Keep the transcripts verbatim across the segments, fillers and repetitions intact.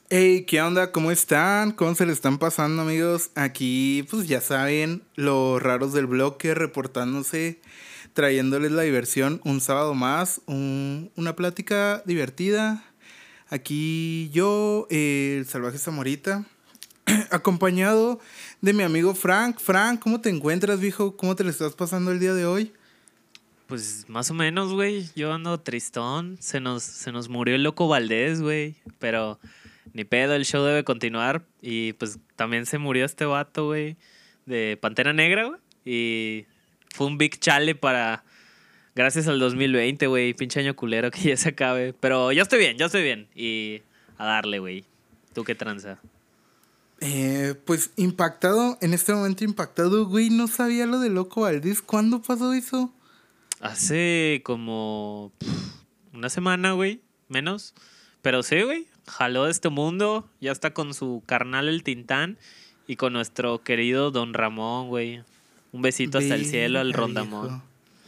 Hey, ¿qué onda? ¿Cómo están? ¿Cómo se le están pasando, amigos? Aquí, pues ya saben, los raros del bloque reportándose, trayéndoles la diversión un sábado más, un- una plática divertida. Aquí yo, eh, el Salvaje Zamorita, acompañado de mi amigo Frank. Frank, ¿cómo te encuentras, viejo? ¿Cómo te le estás pasando el día de hoy? Pues más o menos, güey. Yo ando tristón. Se nos, se nos murió el loco Valdés, güey. Pero ni pedo, el show debe continuar. Y pues también se murió este vato, güey, de Pantera Negra, güey. Y fue un big chale para. Gracias al dos mil veinte, güey. Pinche año culero que ya se acabe. Pero ya estoy bien, ya estoy bien. Y a darle, güey. ¿Tú qué tranza? Eh, pues impactado, en este momento impactado, güey, no sabía lo de Loco Valdés. ¿Cuándo pasó eso? Hace como pf, una semana, güey, menos. Pero sí, güey, jaló de este mundo. Ya está con su carnal el Tintán y con nuestro querido Don Ramón, güey. Un besito hasta el cielo al Verga, Rondamón. viejo.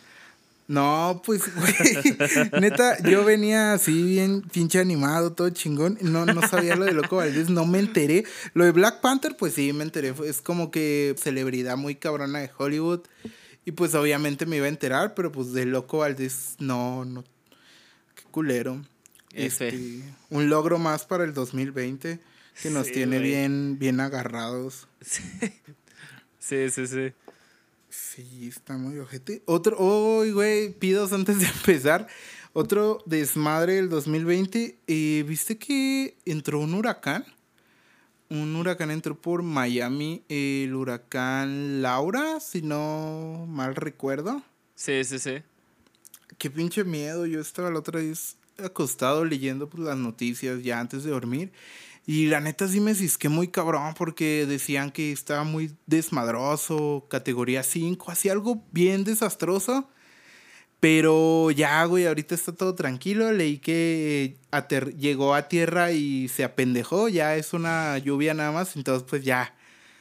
No, pues, güey, neta, yo venía así bien pinche animado, todo chingón. No, no sabía lo de Loco Valdés, no me enteré. Lo de Black Panther, pues sí, me enteré. fue- Es como que celebridad muy cabrona de Hollywood. Y pues obviamente me iba a enterar, pero pues de Loco Valdés, no, no, qué culero. F. Este, un logro más para el dos mil veinte que nos Sí, tiene güey. bien, bien agarrados. Sí, sí, sí. Sí, está muy ojete. Otro, uy, güey, pidos antes de empezar. Otro desmadre del dos mil veinte. Eh, ¿viste que entró un huracán? Un huracán entró por Miami, el huracán Laura, si no mal recuerdo. Sí, sí, sí. Qué pinche miedo. Yo estaba la otra vez acostado leyendo pues, las noticias ya antes de dormir. Y la neta sí me cisqué muy cabrón porque decían que estaba muy desmadroso, categoría cinco, así algo bien desastroso. Pero ya, güey, ahorita está todo tranquilo. Leí que ater- llegó a tierra y se apendejó. Ya es una lluvia nada más. Entonces, pues ya.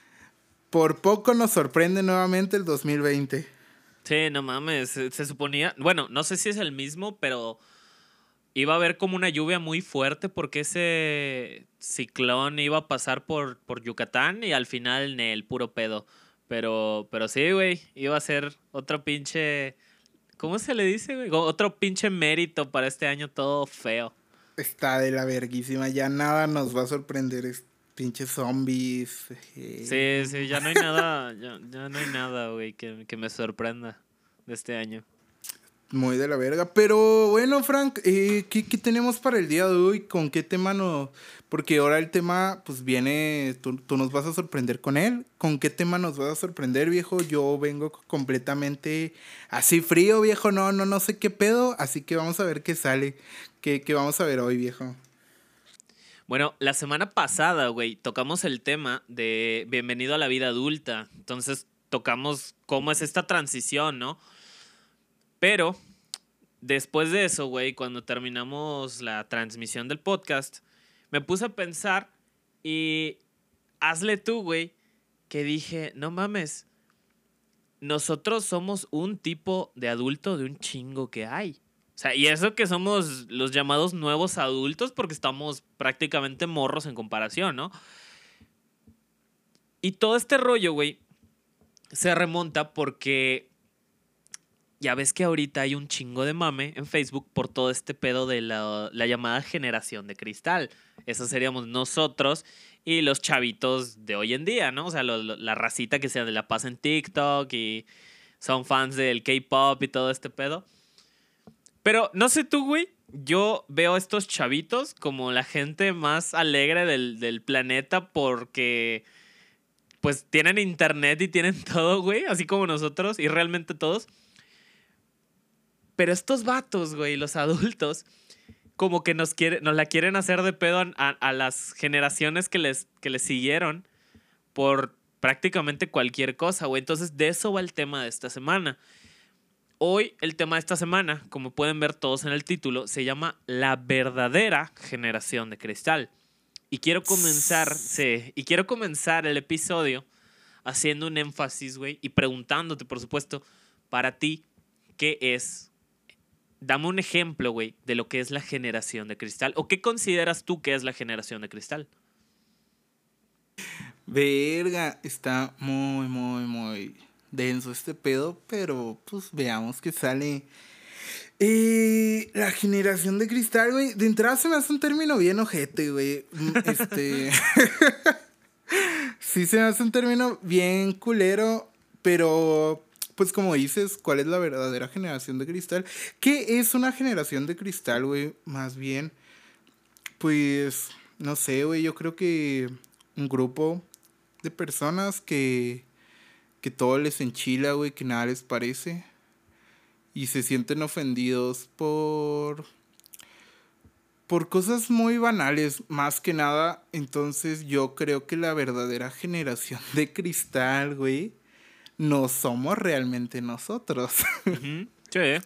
Por poco nos sorprende nuevamente el dos mil veinte. Sí, no mames. Se, se suponía. Bueno, no sé si es el mismo, pero iba a haber como una lluvia muy fuerte porque ese ciclón iba a pasar por, por Yucatán y al final en el puro pedo. Pero, pero sí, güey, iba a ser otro pinche. ¿Cómo se le dice, güey? Otro pinche mérito para este año todo feo. Está de la verguísima. Ya nada nos va a sorprender. Es pinches zombies. eh, Sí, sí, ya no hay nada, ya, ya no hay nada, güey, que, que me sorprenda de este año. Muy de la verga. Pero bueno, Frank, eh, ¿qué, qué tenemos para el día de hoy? ¿Con qué tema no? Porque ahora el tema, pues viene, tú, tú nos vas a sorprender con él. ¿Con qué tema nos vas a sorprender, viejo? Yo vengo c- completamente así frío, viejo. No, no, no sé qué pedo. Así que vamos a ver qué sale. ¿Qué, qué vamos a ver hoy, viejo? Bueno, la semana pasada, güey, tocamos el tema de bienvenido a la vida adulta. Entonces tocamos cómo es esta transición, ¿no? Pero después de eso, güey, cuando terminamos la transmisión del podcast, me puse a pensar y hazle tú, güey, que dije, no mames, nosotros somos un tipo de adulto de un chingo que hay. O sea, y eso que somos los llamados nuevos adultos porque estamos prácticamente morros en comparación, ¿no? Y todo este rollo, güey, se remonta porque ya ves que ahorita hay un chingo de mame en Facebook por todo este pedo de la, la llamada generación de cristal. Eso seríamos nosotros y los chavitos de hoy en día, ¿no? O sea, lo- lo- la racita que se de la pasa en TikTok y son fans del K-pop y todo este pedo. Pero no sé tú, güey. Yo veo a estos chavitos como la gente más alegre del, del planeta porque pues tienen internet y tienen todo, güey, así como nosotros y realmente todos. Pero estos vatos, güey, los adultos, como que nos, quiere, nos la quieren hacer de pedo a, a, a las generaciones que les, que les siguieron por prácticamente cualquier cosa, güey. Entonces, de eso va el tema de esta semana. Hoy, el tema de esta semana, como pueden ver todos en el título, se llama La verdadera generación de cristal. Y quiero comenzar, sí, y quiero comenzar el episodio haciendo un énfasis, güey, y preguntándote, por supuesto, para ti, ¿qué es? dame un ejemplo, güey, de lo que es la generación de cristal. ¿O qué consideras tú que es la generación de cristal? Verga, está muy, muy, muy denso este pedo, pero pues veamos qué sale. Eh, la generación de cristal, güey, de entrada se me hace un término bien ojete, güey. Mm, Este, sí se me hace un término bien culero, pero pues como dices, ¿cuál es la verdadera generación de cristal? ¿Qué es una generación de cristal, güey? Más bien, pues, no sé, güey, yo creo que un grupo de personas que, que todo les enchila, güey, que nada les parece y se sienten ofendidos por por cosas muy banales, más que nada. Entonces yo creo que la verdadera generación de cristal, güey, no somos realmente nosotros. Ujú, sí.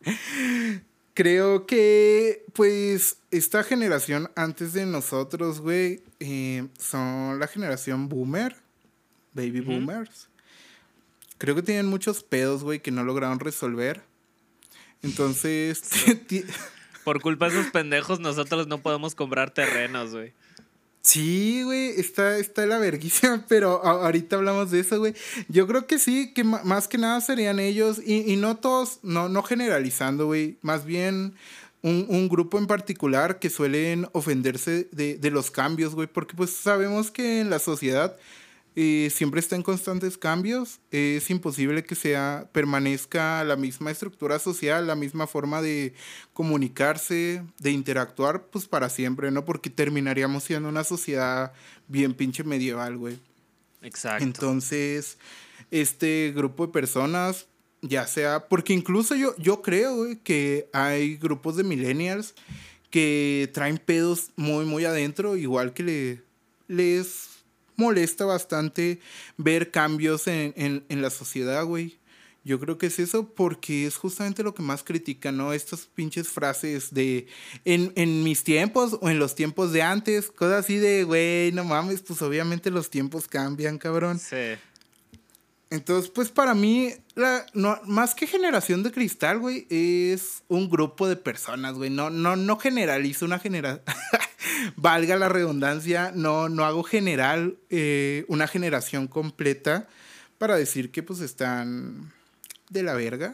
Creo que, pues, esta generación antes de nosotros, güey, eh, son la generación boomer, baby Ujú. boomers. Creo que tienen muchos pedos, güey, que no lograron resolver. Entonces, So- ti- por culpa de esos pendejos, nosotros no podemos comprar terrenos, güey. sí, güey, está, está la verguísima, pero a- ahorita hablamos de eso, güey. Yo creo que sí, que ma- más que nada serían ellos, y, y no todos, no, no generalizando, güey, más bien un, un grupo en particular que suelen ofenderse de, de los cambios, güey, porque pues sabemos que en la sociedad eh, siempre está en constantes cambios, es imposible que sea, permanezca la misma estructura social, la misma forma de comunicarse, de interactuar, pues para siempre, ¿no? Porque terminaríamos siendo una sociedad bien pinche medieval, güey. Exacto. Entonces, este grupo de personas, ya sea, porque incluso yo, yo creo, güey, que hay grupos de millennials que traen pedos muy, muy adentro, igual que le, les molesta bastante ver cambios en, en, en la sociedad, güey. Yo creo que es eso porque es justamente lo que más critican, ¿no? Estas pinches frases de en, en mis tiempos o en los tiempos de antes, cosas así de, güey, no mames, pues obviamente los tiempos cambian, cabrón. Sí. Entonces, pues para mí, la, no, más que generación de cristal, güey, es un grupo de personas, güey. No, no, no generalizo una generación. Valga la redundancia, no, no hago general eh, una generación completa para decir que pues están de la verga.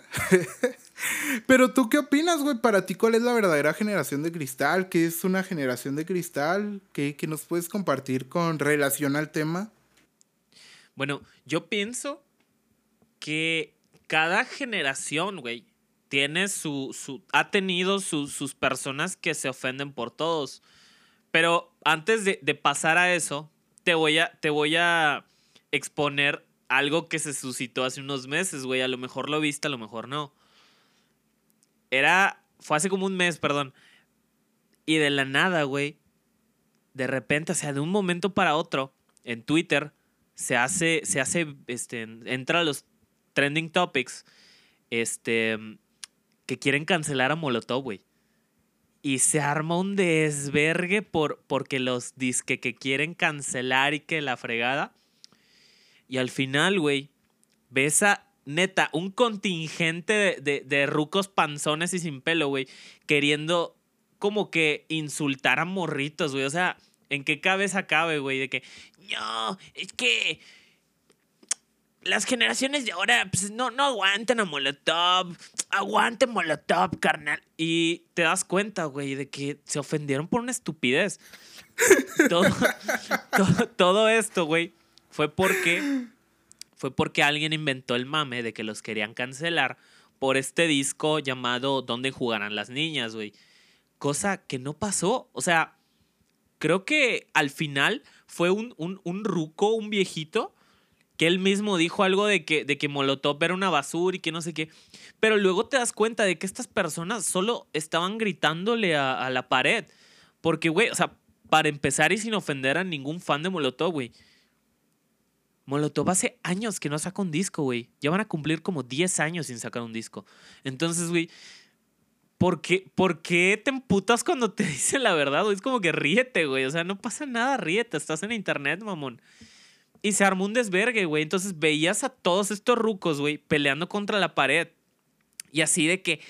Pero tú qué opinas, güey? Para ti, ¿cuál es la verdadera generación de cristal? ¿Qué es una generación de cristal? ¿Qué, qué nos puedes compartir con relación al tema? Bueno, yo pienso que cada generación, güey, tiene su, su, ha tenido su- sus personas que se ofenden por todos. Pero antes de, de pasar a eso, te voy a, te voy a exponer algo que se suscitó hace unos meses, güey. A lo mejor lo viste, a lo mejor no. Era, fue hace como un mes, perdón. Y de la nada, güey, de repente, o sea, de un momento para otro, en Twitter, se hace, se hace, este, entra a los trending topics, este, que quieren cancelar a Molotov, güey. Y se arma un desvergue por, porque los disque que quieren cancelar y que la fregada. Y al final, güey, ves a, neta, un contingente de, de, de rucos panzones y sin pelo, güey, queriendo como que insultar a morritos, güey. O sea, ¿en qué cabeza cabe, güey? De que, no, es que las generaciones de ahora pues, no, no aguantan a Molotov. Aguante Molotov, carnal. Y te das cuenta, güey, de que se ofendieron por una estupidez. Todo, todo, todo esto, güey, fue porque, fue porque alguien inventó el mame de que los querían cancelar por este disco llamado ¿Dónde jugarán las niñas, güey? Cosa que no pasó. O sea, creo que al final fue un, un, un ruco, un viejito, que él mismo dijo algo de que, de que Molotov era una basura y que no sé qué. Pero luego te das cuenta de que estas personas solo estaban gritándole a, a la pared. Porque, güey, o sea, para empezar y sin ofender a ningún fan de Molotov, güey. Molotov hace años que no saca un disco, güey. Ya van a cumplir como diez años sin sacar un disco. Entonces, güey, ¿por qué, ¿por qué te emputas cuando te dicen la verdad, güey? Es como que ríete, güey. O sea, no pasa nada, ríete. Estás en internet, mamón. Y se armó un desvergue, güey. Entonces veías a todos estos rucos, güey, peleando contra la pared. Y así de que,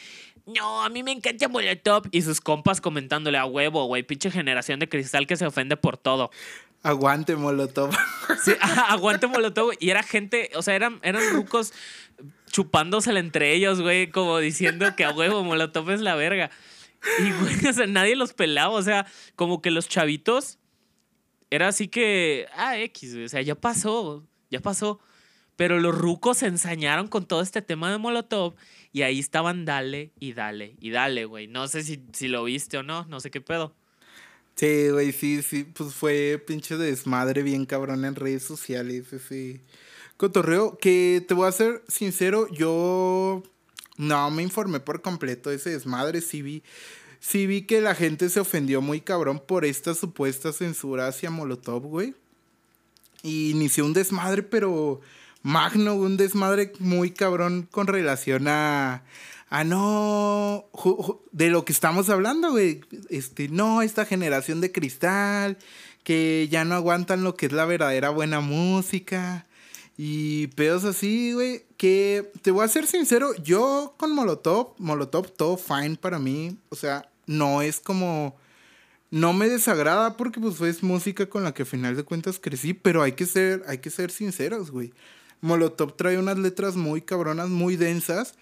no, a mí me encanta Molotov. Y sus compas comentándole a huevo, güey, pinche generación de cristal que se ofende por todo. Aguante Molotov. Sí, aguante Molotov. Y era gente, o sea, eran, eran rucos chupándosela entre ellos, güey, como diciendo que a huevo Molotov es la verga. Y, güey, o sea, nadie los pelaba, o sea, como que los chavitos era así que, ah, X, güey, o sea, ya pasó, ya pasó. Pero los rucos se ensañaron con todo este tema de Molotov y ahí estaban dale y dale y dale, güey. No sé si, si lo viste o no, no sé qué pedo. Sí, güey, sí, sí, pues fue pinche desmadre bien cabrón en redes sociales, ese cotorreo, que te voy a ser sincero, yo no me informé por completo de ese desmadre, sí vi, sí vi que la gente se ofendió muy cabrón por esta supuesta censura hacia Molotov, güey, y inició un desmadre, pero magno, un desmadre muy cabrón con relación a... Ah, no, ju- ju- de lo que estamos hablando, güey. Este, no, esta generación de cristal, que ya no aguantan lo que es la verdadera buena música. Y pedos así, güey. Que te voy a ser sincero, yo con Molotov, Molotov, todo fine para mí. O sea, no es como. No me desagrada porque pues es música con la que a final de cuentas crecí, pero hay que ser, hay que ser sinceros, güey. Molotov trae unas letras muy cabronas, muy densas,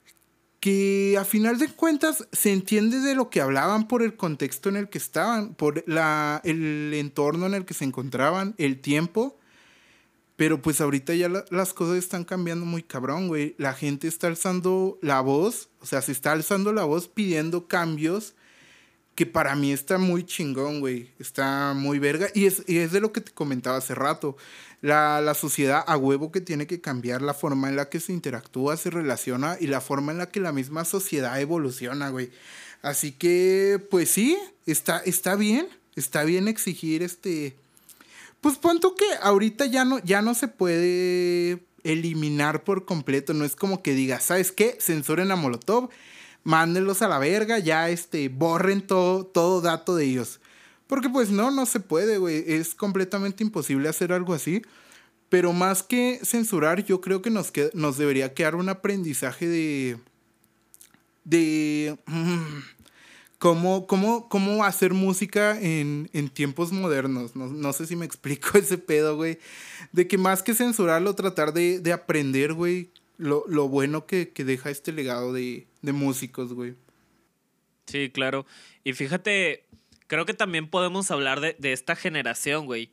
que a final de cuentas se entiende de lo que hablaban por el contexto en el que estaban, por la, el entorno en el que se encontraban, el tiempo. Pero pues ahorita ya la- las cosas están cambiando muy cabrón, güey. La gente está alzando la voz, o sea, se está alzando la voz pidiendo cambios que para mí está muy chingón, güey. Está muy verga. Y es, y es de lo que te comentaba hace rato. La, la sociedad a huevo que tiene que cambiar la forma en la que se interactúa, se relaciona y la forma en la que la misma sociedad evoluciona, güey. Así que, pues sí, está, está bien. Está bien exigir este... Pues pon tú que ahorita ya no, ya no se puede eliminar por completo. No es como que digas, ¿sabes qué? Censuren a Molotov, mándenlos a la verga, ya este, borren todo, todo dato de ellos. Porque pues no, no se puede, güey. Es completamente imposible hacer algo así. Pero más que censurar, yo creo que nos, que- nos debería quedar un aprendizaje de... de... mm, cómo, cómo, cómo hacer música en, en tiempos modernos. No, no sé si me explico ese pedo, güey. De que más que censurarlo, tratar de, de aprender, güey, lo, lo bueno que, que deja este legado de, de músicos, güey. Sí, claro. Y fíjate, creo que también podemos hablar de, de esta generación, güey.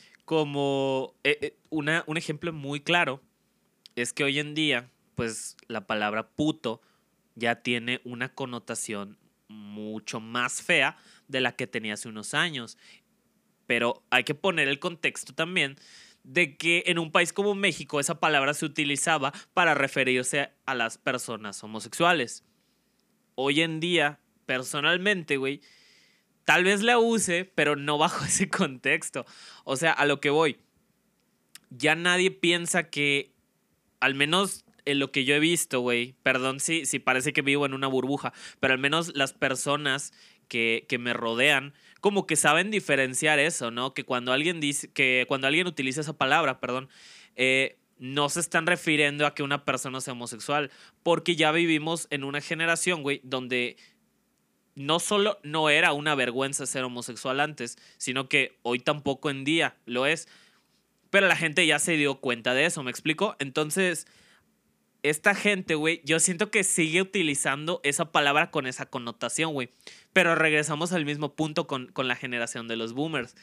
Como eh, eh, una, un ejemplo muy claro es que hoy en día, pues la palabra puto ya tiene una connotación mucho más fea de la que tenía hace unos años. Pero hay que poner el contexto también de que en un país como México esa palabra se utilizaba para referirse a las personas homosexuales. Hoy en día, personalmente, güey, tal vez la use, pero no bajo ese contexto. O sea, a lo que voy, ya nadie piensa que, al menos en lo que yo he visto, güey, perdón si, si parece que vivo en una burbuja, pero al menos las personas que, que me rodean, como que saben diferenciar eso, ¿no? Que cuando alguien dice, que cuando alguien utiliza esa palabra, perdón, eh, no se están refiriendo a que una persona sea homosexual, porque ya vivimos en una generación, güey, donde no solo no era una vergüenza ser homosexual antes, sino que hoy tampoco en día lo es. Pero la gente ya se dio cuenta de eso, ¿me explico? Entonces, esta gente, güey, yo siento que sigue utilizando esa palabra con esa connotación, güey. Pero regresamos al mismo punto con, con la generación de los boomers.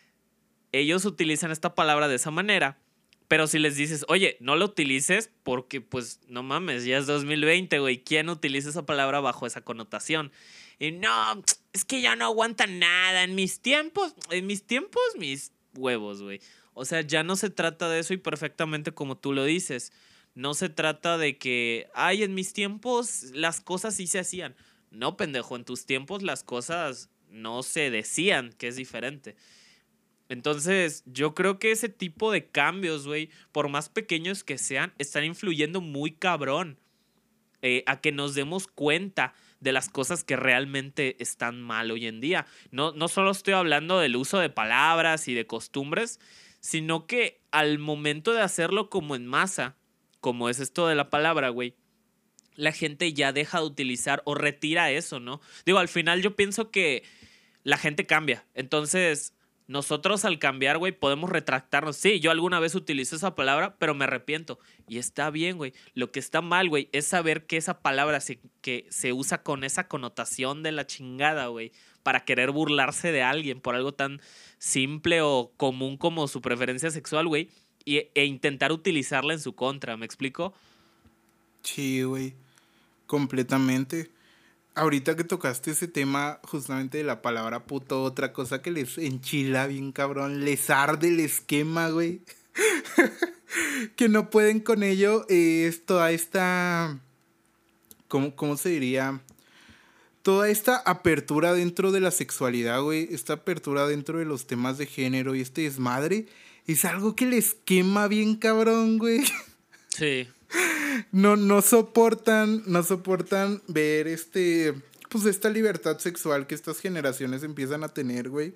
Ellos utilizan esta palabra de esa manera, pero si les dices, oye, no la utilices porque, pues, no mames, ya es dos mil veinte, güey. ¿Quién utiliza esa palabra bajo esa connotación? Y no, es que ya no aguantan nada. En mis tiempos, en mis tiempos, mis huevos, güey. O sea, ya no se trata de eso y perfectamente como tú lo dices. No se trata de que, ay, en mis tiempos las cosas sí se hacían. No, pendejo, en tus tiempos las cosas no se decían, que es diferente. Entonces, yo creo que ese tipo de cambios, güey, por más pequeños que sean, están influyendo muy cabrón eh, a que nos demos cuenta de las cosas que realmente están mal hoy en día. No, no solo estoy hablando del uso de palabras y de costumbres, sino que al momento de hacerlo como en masa, como es esto de la palabra, güey, la gente ya deja de utilizar o retira eso, ¿no? Digo, al final yo pienso que la gente cambia. Entonces, nosotros al cambiar, güey, podemos retractarnos. Sí, yo alguna vez utilicé esa palabra, pero me arrepiento. Y está bien, güey. Lo que está mal, güey, es saber que esa palabra se, que se usa con esa connotación de la chingada, güey, para querer burlarse de alguien por algo tan simple o común como su preferencia sexual, güey, y, e intentar utilizarla en su contra. ¿Me explico? Sí, güey, completamente. Ahorita que tocaste ese tema justamente de la palabra puto, otra cosa que les enchila bien cabrón, les arde el esquema, güey. Que no pueden con ello, eh, es toda esta... ¿Cómo, cómo se diría? Toda esta apertura dentro de la sexualidad, güey, esta apertura dentro de los temas de género y este desmadre, es algo que les quema bien cabrón, güey. Sí. No, no soportan, no soportan ver este, pues esta libertad sexual que estas generaciones empiezan a tener, güey.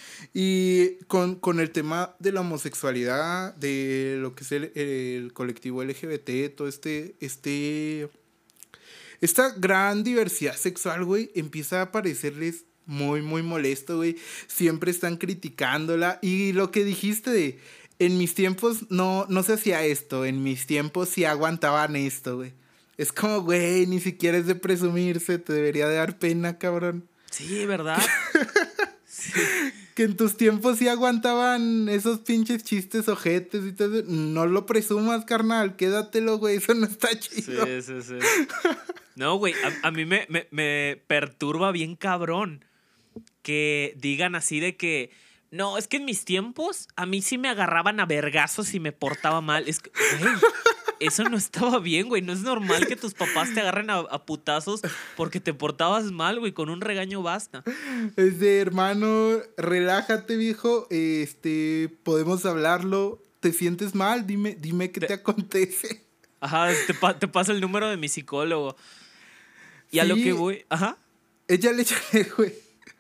Y con, con el tema de la homosexualidad, de lo que es el, el colectivo L G B T, todo este, este, esta gran diversidad sexual, güey, empieza a parecerles muy, muy molesto, güey. Siempre están criticándola. Y lo que dijiste de, en mis tiempos no, no se hacía esto, en mis tiempos sí aguantaban esto, güey. Es como, güey, ni siquiera es de presumirse, te debería de dar pena, cabrón. Sí, ¿verdad? Sí. Que en tus tiempos sí aguantaban esos pinches chistes ojetes y todo. No lo presumas, carnal, quédatelo, güey, eso no está chido. Sí, sí, sí. No, güey, a, a mí me, me, me perturba bien cabrón que digan así de que, no, es que en mis tiempos a mí sí me agarraban a vergazos si me portaba mal. Es que, güey, eso no estaba bien, güey. No es normal que tus papás te agarren a, a putazos porque te portabas mal, güey. Con un regaño basta. Es de, hermano, relájate, viejo. Este, podemos hablarlo. ¿Te sientes mal? Dime, dime qué te, te acontece. Ajá, te, pa te pasa el número de mi psicólogo. Y sí, a lo que voy, ajá. Échale, échale, güey.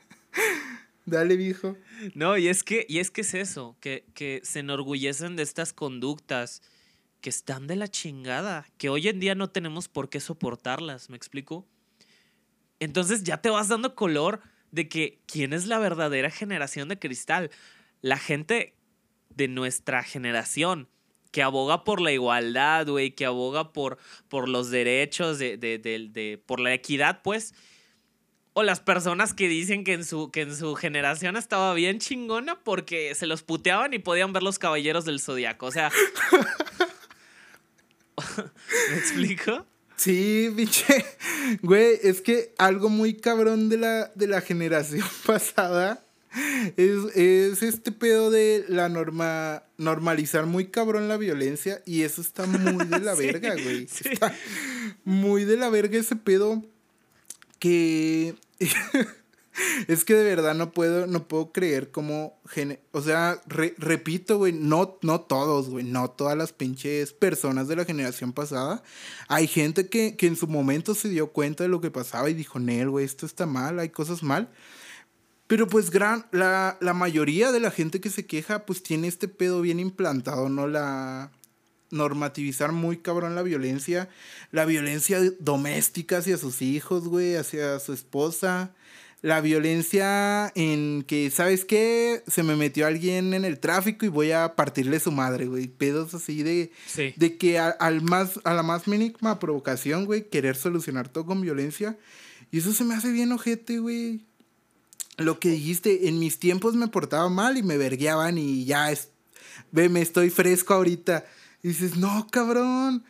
Dale, viejo. No, y es que, y es que es eso, que, que se enorgullecen de estas conductas que están de la chingada, que hoy en día no tenemos por qué soportarlas, ¿me explico? Entonces ya te vas dando color de que quién es la verdadera generación de cristal. La gente de nuestra generación que aboga por la igualdad, güey, que aboga por, por los derechos, de, de, de, de, por la equidad, pues. O las personas que dicen que en, su, que en su generación estaba bien chingona porque se los puteaban y podían ver los caballeros del Zodiaco. O sea... ¿Me explico? Sí, pinche. Güey, es que algo muy cabrón de la, de la generación pasada es, es este pedo de la norma, normalizar muy cabrón la violencia. Y eso está muy de la sí, verga, güey. Sí. Está muy de la verga ese pedo que... Es que de verdad no puedo, no puedo creer cómo, o sea, re, repito, güey, no, no todos, güey, no todas las pinches personas de la generación pasada. Hay gente que, que en su momento se dio cuenta de lo que pasaba y dijo, Nel, güey, esto está mal, hay cosas mal. Pero pues gran, la, la mayoría de la gente que se queja, pues tiene este pedo bien implantado, ¿no? La... normativizar muy cabrón la violencia, la violencia doméstica hacia sus hijos, güey, hacia su esposa, la violencia en que, ¿sabes qué? Se me metió alguien en el tráfico y voy a partirle su madre, güey, pedos así de, sí. de que a, al más, a la más mínima provocación, güey, querer solucionar todo con violencia, y eso se me hace bien ojete, güey. Lo que dijiste, en mis tiempos me portaba mal y me vergueaban y ya, es, ve, me estoy fresco ahorita. Y dices, no, cabrón.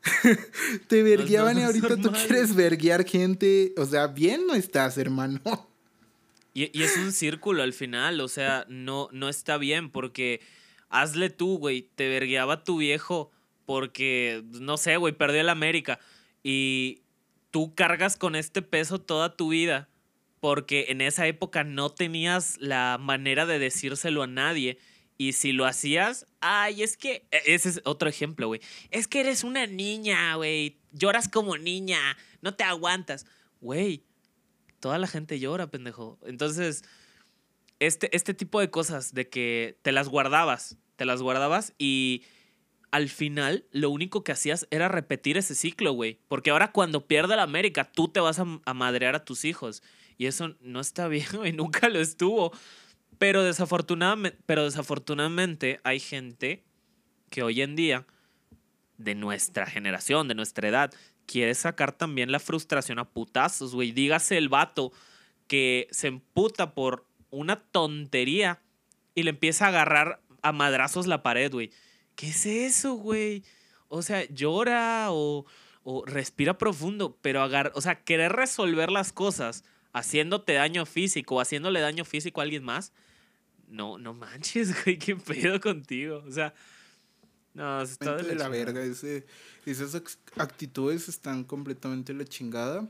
Te vergueaban no, no, no y ahorita tú quieres verguear gente. O sea, bien no estás, hermano. Y, y es un círculo al final. O sea, no, no está bien porque hazle tú, güey. Te vergueaba tu viejo porque, no sé, güey, perdió el América. Y tú cargas con este peso toda tu vida porque en esa época no tenías la manera de decírselo a nadie. Y si lo hacías, ay, es que... Ese es otro ejemplo, güey. Es que eres una niña, güey. Lloras como niña. No te aguantas. Güey, toda la gente llora, pendejo. Entonces, este, este tipo de cosas de que te las guardabas. Te las guardabas y al final lo único que hacías era repetir ese ciclo, güey. Porque ahora cuando pierde la América, tú te vas a, a madrear a tus hijos. Y eso no está bien, güey, nunca lo estuvo. Pero desafortunadamente, pero desafortunadamente hay gente que hoy en día, de nuestra generación, de nuestra edad, quiere sacar también la frustración a putazos, güey. Dígase el vato que se emputa por una tontería y le empieza a agarrar a madrazos la pared, güey. ¿Qué es eso, güey? O sea, llora o, o respira profundo, pero agar o sea, querer resolver las cosas haciéndote daño físico o haciéndole daño físico a alguien más, no, no manches, güey, qué pedo contigo. O sea, no, se está de la, de la chingada. verga. Ese, esas actitudes están completamente de la chingada.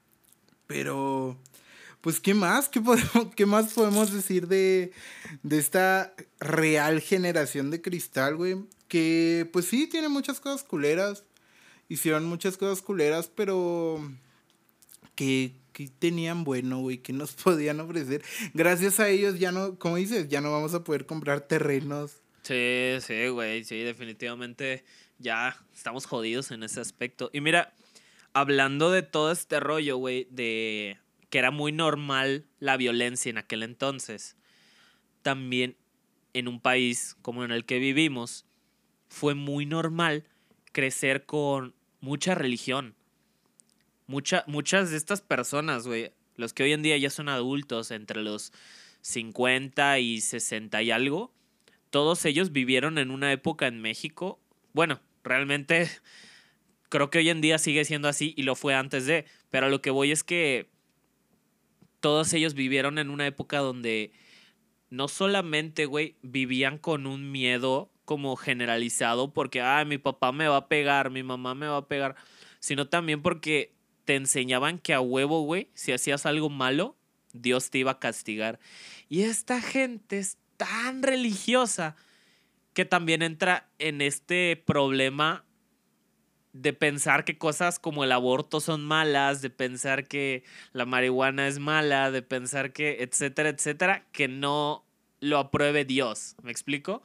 Pero, pues, ¿qué más? ¿Qué, podemos, qué más podemos decir de, de esta real generación de cristal, güey? Que, pues sí, tiene muchas cosas culeras. Hicieron muchas cosas culeras, pero que, que tenían bueno, güey, que nos podían ofrecer. Gracias a ellos ya no, como dices, ya no vamos a poder comprar terrenos. Sí, sí, güey, sí, definitivamente ya estamos jodidos en ese aspecto. Y mira, hablando de todo este rollo, güey, de que era muy normal la violencia en aquel entonces, también en un país como en el que vivimos, fue muy normal crecer con mucha religión. Mucha, muchas de estas personas, güey, los que hoy en día ya son adultos, entre los cincuenta y sesenta y algo, todos ellos vivieron en una época en México. Bueno, realmente creo que hoy en día sigue siendo así y lo fue antes de. Pero a lo que voy es que todos ellos vivieron en una época donde no solamente, güey, vivían con un miedo como generalizado porque, ay, mi papá me va a pegar, mi mamá me va a pegar, sino también porque te enseñaban que a huevo, güey, si hacías algo malo, Dios te iba a castigar. Y esta gente es tan religiosa que también entra en este problema de pensar que cosas como el aborto son malas, de pensar que la marihuana es mala, de pensar que etcétera, etcétera, que no lo apruebe Dios. ¿Me explico?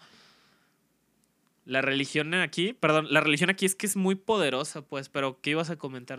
La religión aquí, perdón, la religión aquí es que es muy poderosa, pues, pero ¿qué ibas a comentar?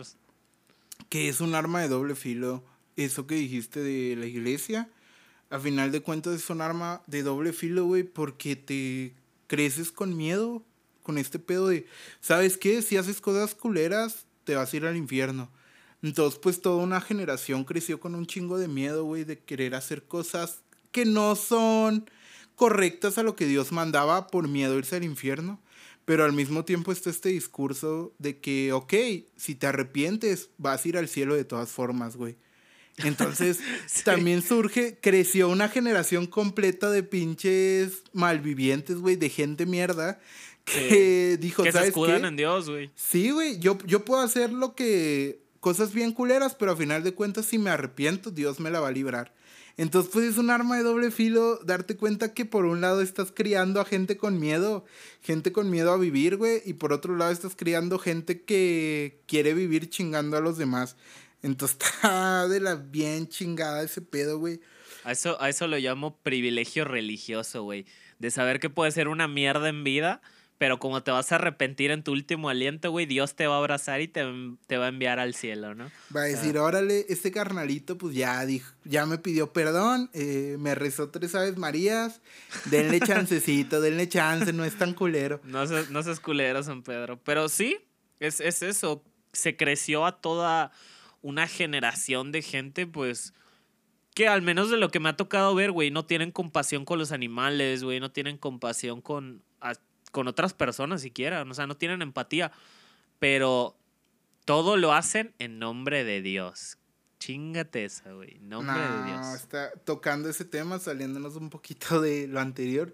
Que es un arma de doble filo. Eso que dijiste de la iglesia, a final de cuentas es un arma de doble filo, güey, porque te creces con miedo, con este pedo de, ¿sabes qué? Si haces cosas culeras, te vas a ir al infierno. Entonces, pues toda una generación creció con un chingo de miedo, güey, de querer hacer cosas que no son correctas a lo que Dios mandaba por miedo a irse al infierno. Pero al mismo tiempo está este discurso de que, ok, si te arrepientes, vas a ir al cielo de todas formas, güey. Entonces, sí. También surge, creció una generación completa de pinches malvivientes, güey, de gente mierda, que sí. dijo, que ¿sabes qué? se escudan en Dios, güey. Sí, güey, yo, yo puedo hacer lo que, cosas bien culeras, pero a final de cuentas, si me arrepiento, Dios me la va a librar. Entonces, pues es un arma de doble filo darte cuenta que por un lado estás criando a gente con miedo, gente con miedo a vivir, güey, y por otro lado estás criando gente que quiere vivir chingando a los demás. Entonces está de la bien chingada ese pedo, güey. A eso, a eso lo llamo privilegio religioso, güey. De saber que puede ser una mierda en vida, pero como te vas a arrepentir en tu último aliento, güey, Dios te va a abrazar y te, te va a enviar al cielo, ¿no? Va a decir, o sea, órale, este carnalito pues ya dijo, ya me pidió perdón, eh, me rezó tres Aves Marías, denle chancecito, denle chance, no es tan culero. No seas, no seas culero, San Pedro. Pero sí, es, es eso, se creció a toda una generación de gente, pues, que al menos de lo que me ha tocado ver, güey, no tienen compasión con los animales, güey, no tienen compasión con, a, con otras personas siquiera, o sea, no tienen empatía, pero todo lo hacen en nombre de Dios. Chíngate esa, güey, en nombre no, de Dios. Está tocando ese tema, saliéndonos un poquito de lo anterior.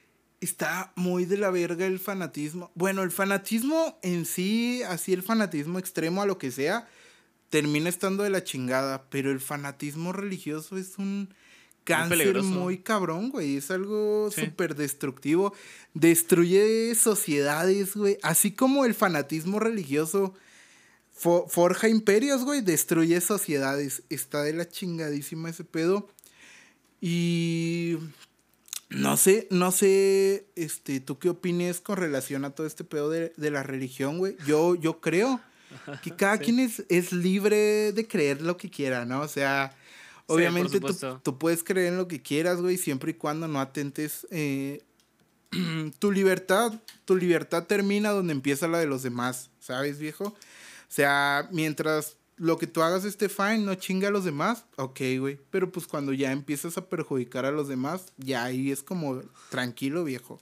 Está muy de la verga el fanatismo. Bueno, el fanatismo en sí, así el fanatismo extremo a lo que sea, termina estando de la chingada, pero el fanatismo religioso es un cáncer muy, muy cabrón, güey, es algo súper sí. destructivo, destruye sociedades, güey, así como el fanatismo religioso for- forja imperios, güey, destruye sociedades, está de la chingadísima ese pedo. Y No sé, no sé, este, ¿tú qué opines con relación a todo este pedo de, de la religión, güey? Yo, yo creo que cada Sí. quien es, es libre de creer lo que quiera, ¿no? O sea, Sí, por obviamente tú, supuesto. tú puedes creer en lo que quieras, güey, siempre y cuando no atentes. Eh, tu libertad, tu libertad termina donde empieza la de los demás, ¿sabes, viejo? O sea, mientras lo que tú hagas esté fine, no chinga a los demás, ok, güey. Pero pues cuando ya empiezas a perjudicar a los demás, ya ahí es como tranquilo, viejo.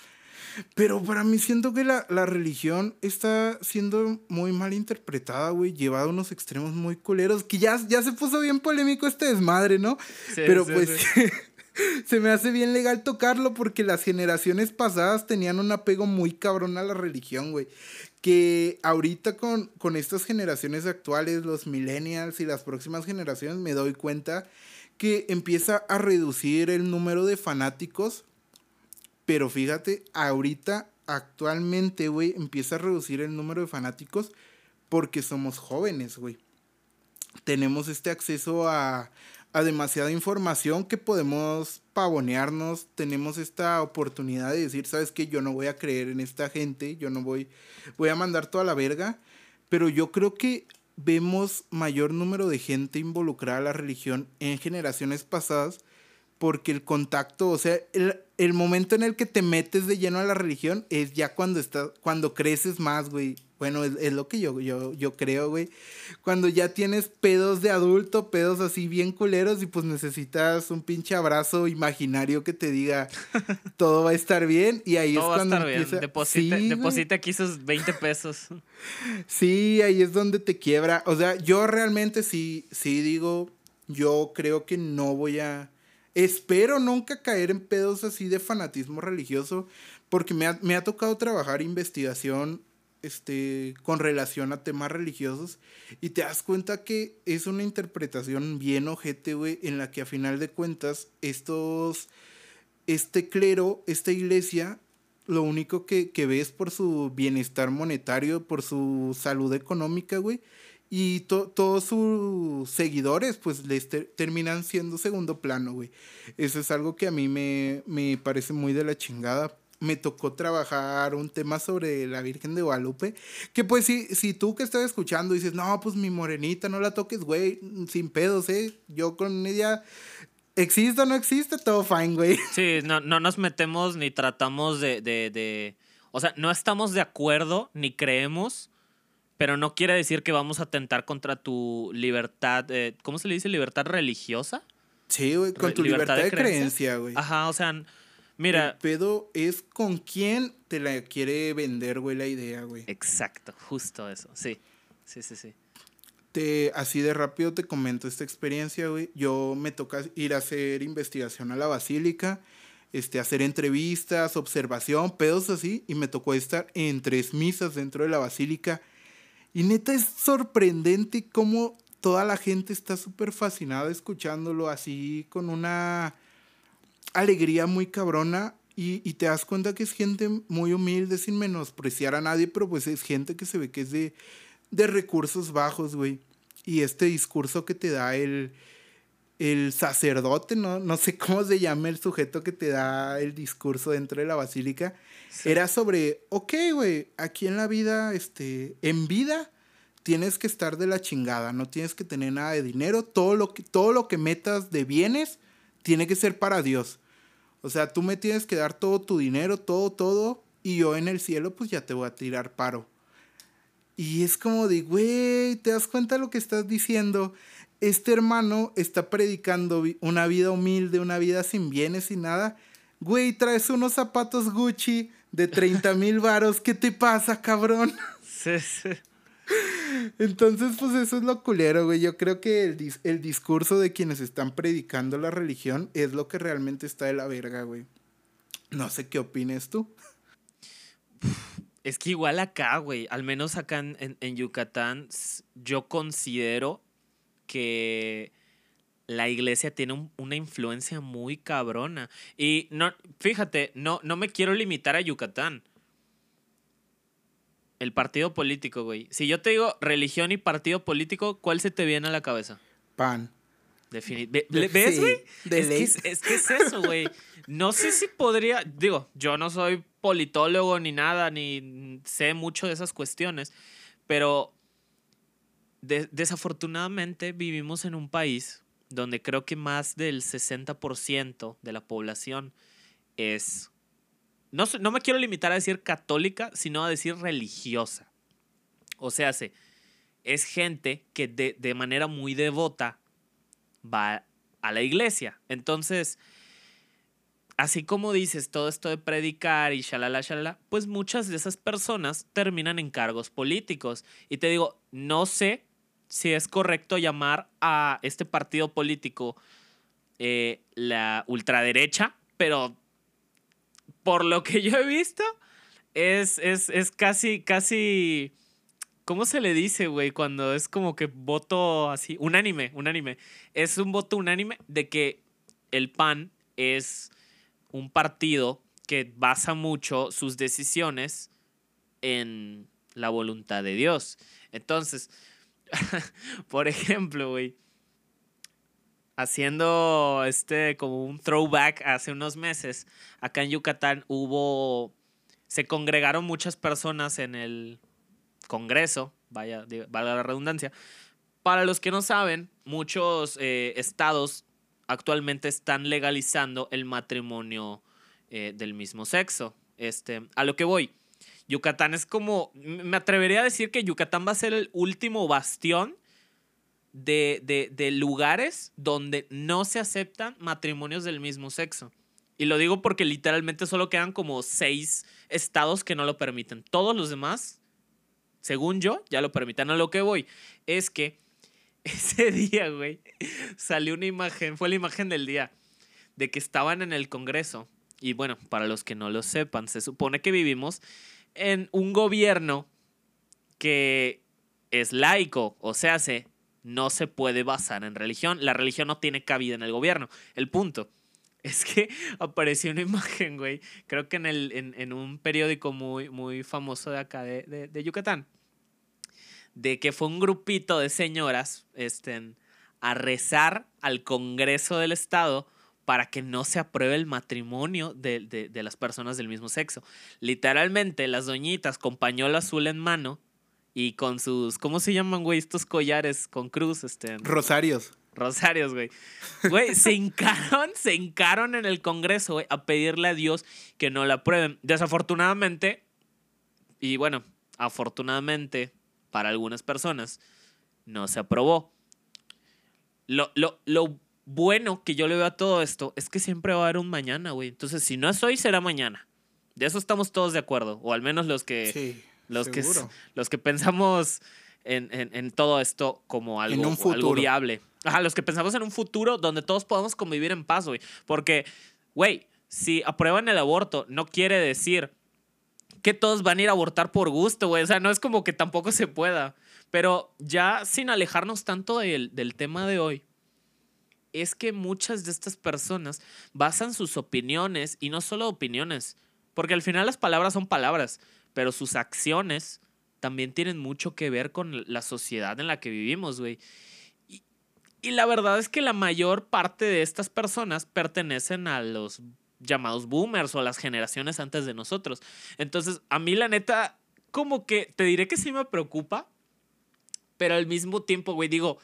Pero para mí siento que la, la religión está siendo muy mal interpretada, güey. Llevada a unos extremos muy culeros. Que ya, ya se puso bien polémico este desmadre, ¿no? Sí, Pero sí, pues sí. se me hace bien legal tocarlo porque las generaciones pasadas tenían un apego muy cabrón a la religión, güey. Que ahorita con, con estas generaciones actuales, los millennials y las próximas generaciones, me doy cuenta que empieza a reducir el número de fanáticos. Pero fíjate, ahorita, actualmente, güey, empieza a reducir el número de fanáticos porque somos jóvenes, güey. Tenemos este acceso a, a demasiada información que podemos pavonearnos. Tenemos esta oportunidad de decir, ¿sabes qué? Yo no voy a creer en esta gente, yo no voy, voy a mandar toda la verga. Pero yo creo que vemos mayor número de gente involucrada a la religión en generaciones pasadas porque el contacto, o sea, el, el momento en el que te metes de lleno a la religión es ya cuando estás, cuando creces más, güey. Bueno, es, es lo que yo, yo, yo creo, güey. Cuando ya tienes pedos de adulto, pedos así bien culeros y pues necesitas un pinche abrazo imaginario que te diga todo va a estar bien y ahí es Todo va a cuando estar bien. empieza, Deposita, sí, güey. deposita aquí sus veinte pesos. Sí, ahí es donde te quiebra. O sea, yo realmente sí, sí digo, yo creo que no voy a... Espero nunca caer en pedos así de fanatismo religioso, porque me ha, me ha tocado trabajar investigación este, con relación a temas religiosos y te das cuenta que es una interpretación bien ojete, güey, en la que a final de cuentas estos este clero, esta iglesia, lo único que, que ve es por su bienestar monetario, por su salud económica, güey. Y to, todos sus seguidores, pues, les ter terminan siendo segundo plano, güey. Eso es algo que a mí me, me parece muy de la chingada. Me tocó trabajar un tema sobre la Virgen de Guadalupe. Que pues si, si tú que estás escuchando dices, no, pues mi morenita, no la toques, güey, sin pedos, ¿eh? Yo con ella, existe o no existe, todo fine, güey. Sí, no, no nos metemos ni tratamos de, de, de... O sea, no estamos de acuerdo ni creemos, pero no quiere decir que vamos a atentar contra tu libertad. Eh, ¿cómo se le dice? ¿Libertad religiosa? Sí, güey, con Re- tu ¿Libertad libertad de de creencia? creencia, güey. Ajá, o sea, El mira. pedo es con quién te la quiere vender, güey, la idea, güey. Exacto, justo eso. Sí, sí, sí, sí. Te, así de rápido te comento esta experiencia, güey. Yo me toca ir a hacer investigación a la basílica, este, hacer entrevistas, observación, pedos así, y me tocó estar en tres misas dentro de la basílica. Y neta es sorprendente cómo toda la gente está súper fascinada escuchándolo así con una alegría muy cabrona y, y te das cuenta que es gente muy humilde sin menospreciar a nadie, pero pues es gente que se ve que es de, de recursos bajos, güey. Y este discurso que te da el, el sacerdote, ¿no? No sé cómo se llama el sujeto que te da el discurso dentro de la basílica, Sí. era sobre, ok, güey, aquí en la vida, este, en vida tienes que estar de la chingada, no tienes que tener nada de dinero, todo lo que, todo lo que metas de bienes tiene que ser para Dios. O sea, tú me tienes que dar todo tu dinero, todo, todo, y yo en el cielo pues ya te voy a tirar paro. Y es como de, güey, ¿te das cuenta de lo que estás diciendo? Este hermano está predicando vi- una vida humilde, una vida sin bienes, sin nada. Güey, traes unos zapatos Gucci de treinta mil varos. ¿Qué te pasa, cabrón? Sí, sí. Entonces, pues eso es lo culero, güey. Yo creo que el, dis- el discurso de quienes están predicando la religión es lo que realmente está de la verga, güey. No sé qué opines tú. Es que igual acá, güey, al menos acá en, en- en Yucatán, s- yo considero que la iglesia tiene un- una influencia muy cabrona. Y no, fíjate, no, no me quiero limitar a Yucatán. El partido político, güey. Si yo te digo religión y partido político, ¿cuál se te viene a la cabeza? Pan. Definitivamente. ¿Ves, güey? Sí, es, que es, es que es eso, güey. No sé si podría... Digo, yo no soy politólogo ni nada, ni sé mucho de esas cuestiones, pero de, desafortunadamente vivimos en un país donde creo que más del sesenta por ciento de la población es... No, no me quiero limitar a decir católica, sino a decir religiosa. O sea, se, es gente que de, de manera muy devota va a la iglesia. Entonces, así como dices todo esto de predicar y shalala, shalala, pues muchas de esas personas terminan en cargos políticos. Y te digo, no sé si es correcto llamar a este partido político eh, la ultraderecha, pero por lo que yo he visto, es, es, es casi, casi... ¿Cómo se le dice, güey? Cuando es como que voto así, unánime, unánime. Es un voto unánime de que el P A N es un partido que basa mucho sus decisiones en la voluntad de Dios. Entonces, por ejemplo, güey, haciendo este como un throwback hace unos meses, acá en Yucatán hubo, se congregaron muchas personas en el Congreso, vaya, valga la redundancia. Para los que no saben, muchos eh, estados actualmente están legalizando el matrimonio eh, del mismo sexo. Este, a lo que voy, Yucatán es como, me atrevería a decir que Yucatán va a ser el último bastión de, de, de lugares donde no se aceptan matrimonios del mismo sexo. Y lo digo porque literalmente solo quedan como seis estados que no lo permiten. Todos los demás, según yo, ya lo permitan. A lo que voy es que ese día, güey, salió una imagen, fue la imagen del día, de que estaban en el Congreso. Y bueno, para los que no lo sepan, se supone que vivimos en un gobierno que es laico, o sea, se, no se puede basar en religión. La religión no tiene cabida en el gobierno. El punto es que apareció una imagen, güey, creo que en, el, en, en un periódico muy, muy famoso de acá de, de, de Yucatán, de que fue un grupito de señoras este, a rezar al Congreso del Estado para que no se apruebe el matrimonio de, de, de las personas del mismo sexo. Literalmente, las doñitas con pañuelo azul en mano y con sus, ¿cómo se llaman, güey? Estos collares con cruz. Este, Rosarios. Rosarios, güey. Güey, se hincaron, se hincaron en el Congreso, güey, a pedirle a Dios que no la aprueben. Desafortunadamente, y bueno, afortunadamente para algunas personas, no se aprobó. Lo, lo, lo bueno que yo le veo a todo esto es que siempre va a haber un mañana, güey. Entonces, si no es hoy, será mañana. De eso estamos todos de acuerdo. O al menos los que, sí, los que, los que pensamos en, en, en todo esto como algo, en un algo viable. Ajá, los que pensamos en un futuro donde todos podamos convivir en paz, güey. Porque, güey, si aprueban el aborto, no quiere decir que todos van a ir a abortar por gusto, güey. O sea, no es como que tampoco se pueda. Pero ya sin alejarnos tanto del, del tema de hoy, es que muchas de estas personas basan sus opiniones, y no solo opiniones, porque al final las palabras son palabras, pero sus acciones también tienen mucho que ver con la sociedad en la que vivimos, güey. Y, y la verdad es que la mayor parte de estas personas pertenecen a los llamados boomers o a las generaciones antes de nosotros. Entonces, a mí la neta, como que te diré que sí me preocupa, pero al mismo tiempo, güey, digo,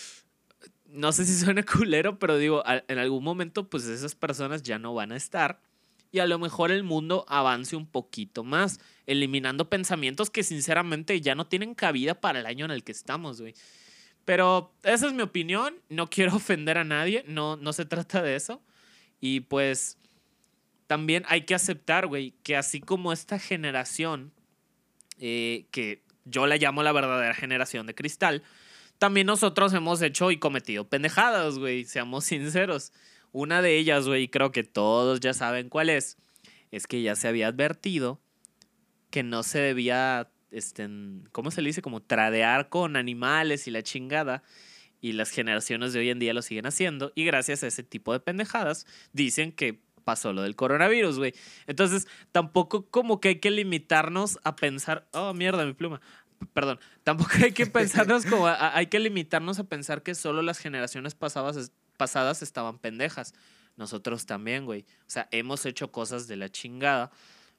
no sé si suena culero, pero digo, en algún momento, pues esas personas ya no van a estar y a lo mejor el mundo avance un poquito más, eliminando pensamientos que sinceramente ya no tienen cabida para el año en el que estamos, güey. Pero esa es mi opinión, no quiero ofender a nadie, no, no se trata de eso. Y pues también hay que aceptar, güey, que así como esta generación, eh, que yo la llamo la verdadera generación de cristal, también nosotros hemos hecho y cometido pendejadas, güey, seamos sinceros. Una de ellas, güey, creo que todos ya saben cuál es, es que ya se había advertido que no se debía, este, ¿cómo se le dice? Como tradear con animales y la chingada. Y las generaciones de hoy en día lo siguen haciendo. Y gracias a ese tipo de pendejadas dicen que pasó lo del coronavirus, güey. Entonces, tampoco como que hay que limitarnos a pensar... Oh, mierda, mi pluma. Perdón. Tampoco hay que pensarnos como... A, hay que limitarnos a pensar que solo las generaciones pasadas, pasadas estaban pendejas. Nosotros también, güey. O sea, hemos hecho cosas de la chingada.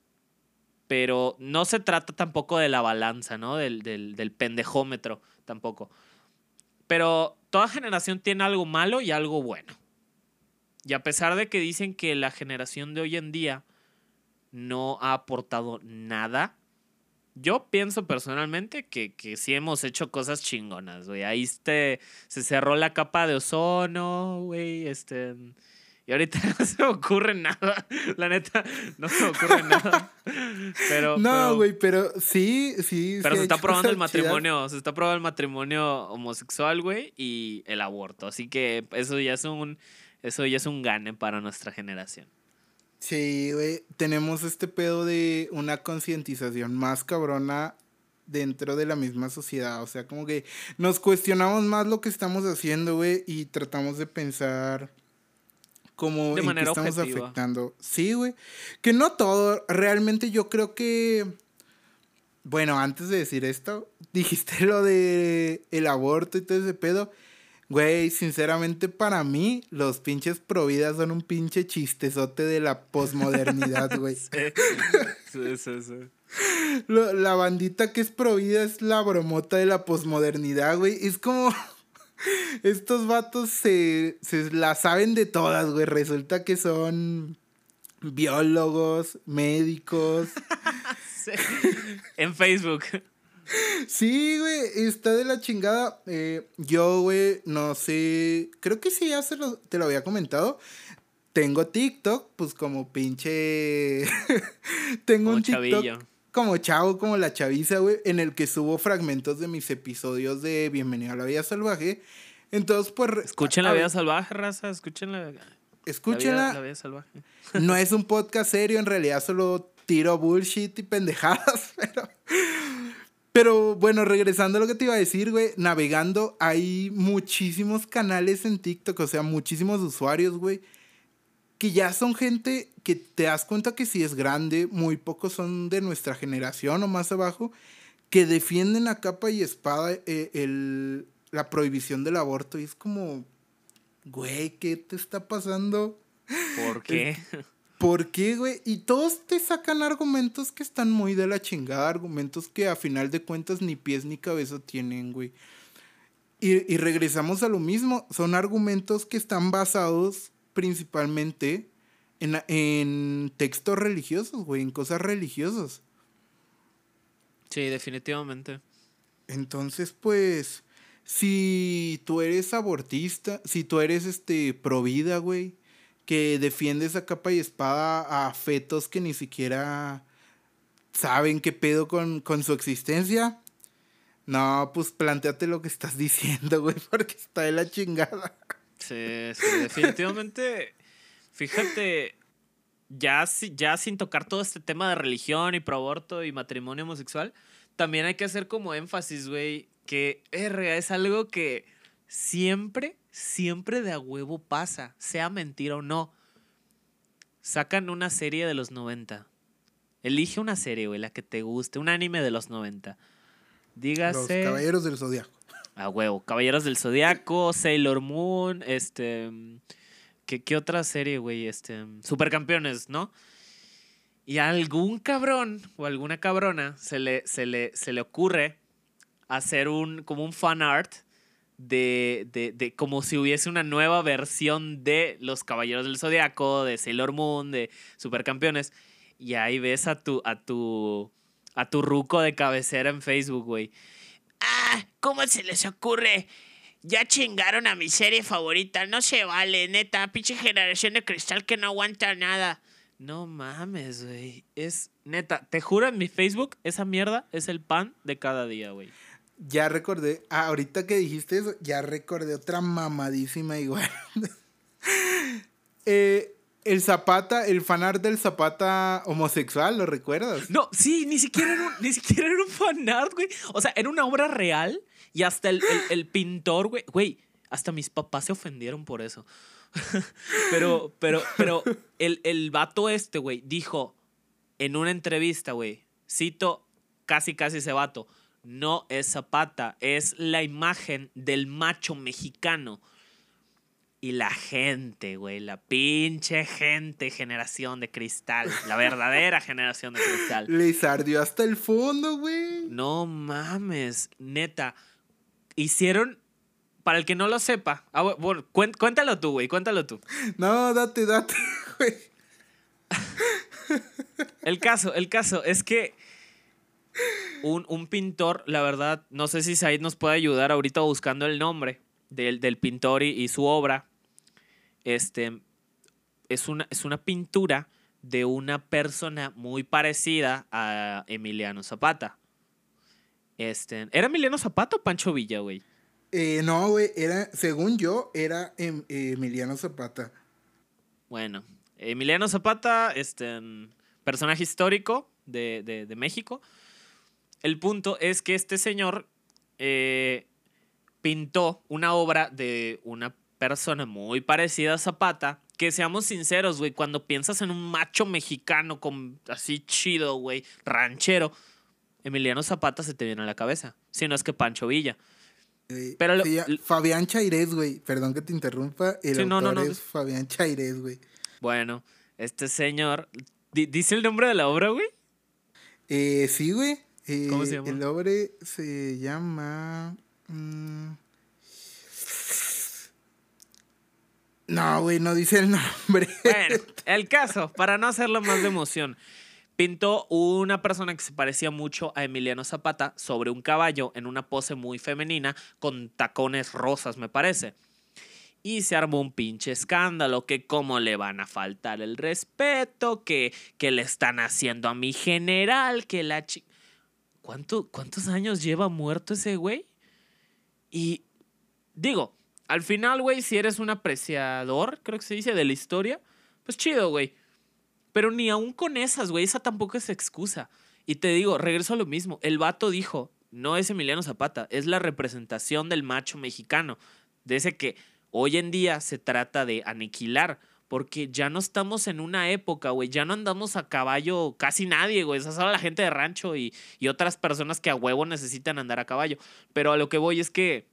Pero no se trata tampoco de la balanza, ¿no? Del, del, del pendejómetro, tampoco. Pero toda generación tiene algo malo y algo bueno. Y a pesar de que dicen que la generación de hoy en día no ha aportado nada, yo pienso personalmente que, que sí hemos hecho cosas chingonas, güey. Ahí este, se cerró la capa de ozono, güey, este... Y ahorita no se me ocurre nada. La neta, no se me ocurre nada. Pero, no, güey, pero, pero sí, sí. Pero sí se está probando el matrimonio. chidas. Se está probando el matrimonio homosexual, güey, y el aborto. Así que eso ya es un. Eso ya es un gane para nuestra generación. Sí, güey. Tenemos este pedo de una concientización más cabrona dentro de la misma sociedad. O sea, como que nos cuestionamos más lo que estamos haciendo, güey, y tratamos de pensar como De en qué manera estamos objetiva. afectando. Sí, güey. Que no todo. Realmente yo creo que... Bueno, antes de decir esto, dijiste lo de el aborto y todo ese pedo. Güey, sinceramente para mí, los pinches providas son un pinche chistezote de la posmodernidad, güey. Sí, sí, sí, sí. Lo- La bandita que es provida es la bromota de la posmodernidad, güey. Es como... Estos vatos se, se la saben de todas, güey. Resulta que son biólogos, médicos. Sí. En Facebook. Sí, güey, está de la chingada. Eh, yo, güey, no sé. Creo que sí, ya se lo, te lo había comentado. Tengo TikTok, pues como pinche. Tengo Como un TikTok chavillo. como chavo, como la chaviza, güey, en el que subo fragmentos de mis episodios de Bienvenido a la Vida Salvaje. Entonces, pues. re- Escuchen a- la a vida ver, salvaje, raza. Escuchen la, la vida, escúchenla. la vida salvaje. No es un podcast serio, en realidad solo tiro bullshit y pendejadas, pero... Pero bueno, regresando a lo que te iba a decir, güey, navegando, hay muchísimos canales en TikTok, o sea, muchísimos usuarios, güey, que ya son gente que te das cuenta que sí es grande, muy pocos son de nuestra generación o más abajo, que defienden a capa y espada eh, el, la prohibición del aborto y es como, güey, ¿qué te está pasando? ¿Por qué? ¿Por qué, güey? Y todos te sacan argumentos que están muy de la chingada, argumentos que a final de cuentas ni pies ni cabeza tienen, güey. Y, y regresamos a lo mismo, son argumentos que están basados principalmente en, en textos religiosos, güey, en cosas religiosas. Sí, definitivamente. Entonces, pues, si tú eres abortista, si tú eres este pro vida, güey, que defiendes a capa y espada a fetos que ni siquiera saben qué pedo con, con su existencia, no, pues planteate lo que estás diciendo, güey, porque está de la chingada. Sí, sí, definitivamente. Fíjate, ya, si- ya sin tocar todo este tema de religión y proaborto y matrimonio homosexual, también hay que hacer como énfasis, güey, que erga, es algo que siempre, siempre de a huevo pasa, sea mentira o no. Sacan una serie de los noventa. Elige una serie, güey, la que te guste, un anime de los noventa. Los Dígase... Caballeros del Zodiaco. A huevo. Caballeros del Zodiaco, Sailor Moon, este... ¿Qué, qué otra serie, güey? Este... Supercampeones, ¿no? Y a algún cabrón o alguna cabrona se le, se le, se le ocurre hacer un... como un fan art de, de, de... como si hubiese una nueva versión de los Caballeros del Zodiaco, de Sailor Moon, de Supercampeones. Y ahí ves a tu... a tu... a tu ruco de cabecera en Facebook, güey. Ah, ¿cómo se les ocurre? Ya chingaron a mi serie favorita. No se vale, neta. Pinche generación de cristal que no aguanta nada. No mames, güey. Es neta. Te juro en mi Facebook, esa mierda es el pan de cada día, güey. Ya recordé, ah, ahorita que dijiste eso, ya recordé otra mamadísima igual. eh, el Zapata, el fanart del Zapata homosexual, ¿lo recuerdas? No, sí, ni siquiera era un, ni siquiera era un fanart, güey. O sea, era una obra real y hasta el, el, el pintor, güey. Güey, hasta mis papás se ofendieron por eso. pero, pero, pero el, el vato este, güey, dijo en una entrevista, güey, cito casi, casi ese vato, no es Zapata, es la imagen del macho mexicano. Y la gente, güey, la pinche gente, generación de cristal, la verdadera generación de cristal. Les ardió hasta el fondo, güey. No mames, neta. Hicieron, para el que no lo sepa, ah, bueno, cuéntalo tú, güey, cuéntalo tú. No, date, date, güey. El caso, el caso es que un, un pintor, la verdad, no sé si Said nos puede ayudar ahorita buscando el nombre del, del pintor y, y su obra. Este, es una, es una pintura de una persona muy parecida a Emiliano Zapata. Este, ¿era Emiliano Zapata o Pancho Villa, güey? Eh, no, güey, era, según yo, era em, eh, Emiliano Zapata. Bueno, Emiliano Zapata, este, personaje histórico de, de, de México. El punto es que este señor eh, pintó una obra de una persona muy parecida a Zapata. Que seamos sinceros, güey, cuando piensas en un macho mexicano con, así chido, güey, ranchero, Emiliano Zapata se te viene a la cabeza. Si no es que Pancho Villa. Eh, Pero lo, sí, Fabián Chairés, güey. Perdón que te interrumpa. El sí, autor no, no, no. es Fabián Chairés, güey. Bueno, este señor... ¿Dice el nombre de la obra, güey? Eh, sí, güey. Eh, ¿Cómo se llama? El obra se llama... Mmm... No, güey, no dice el nombre. Bueno, el caso, para no hacerlo más de emoción, pintó una persona que se parecía mucho a Emiliano Zapata sobre un caballo en una pose muy femenina con tacones rosas, me parece. Y se armó un pinche escándalo, que cómo le van a faltar el respeto, que, que le están haciendo a mi general, que la chica... ¿Cuánto, ¿Cuántos años lleva muerto ese güey? Y digo... Al final, güey, si eres un apreciador, creo que se dice, de la historia, pues chido, güey. Pero ni aún con esas, güey, esa tampoco es excusa. Y te digo, regreso a lo mismo. El vato dijo, no es Emiliano Zapata, es la representación del macho mexicano. De ese que hoy en día se trata de aniquilar. Porque ya no estamos en una época, güey. Ya no andamos a caballo casi nadie, güey. Esa es solo la gente de rancho y, y otras personas que a huevo necesitan andar a caballo. Pero a lo que voy es que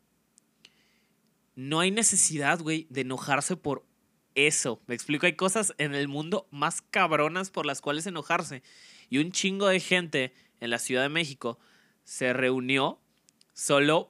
no hay necesidad, güey, de enojarse por eso. Me explico, hay cosas en el mundo más cabronas por las cuales enojarse. Y un chingo de gente en la Ciudad de México se reunió solo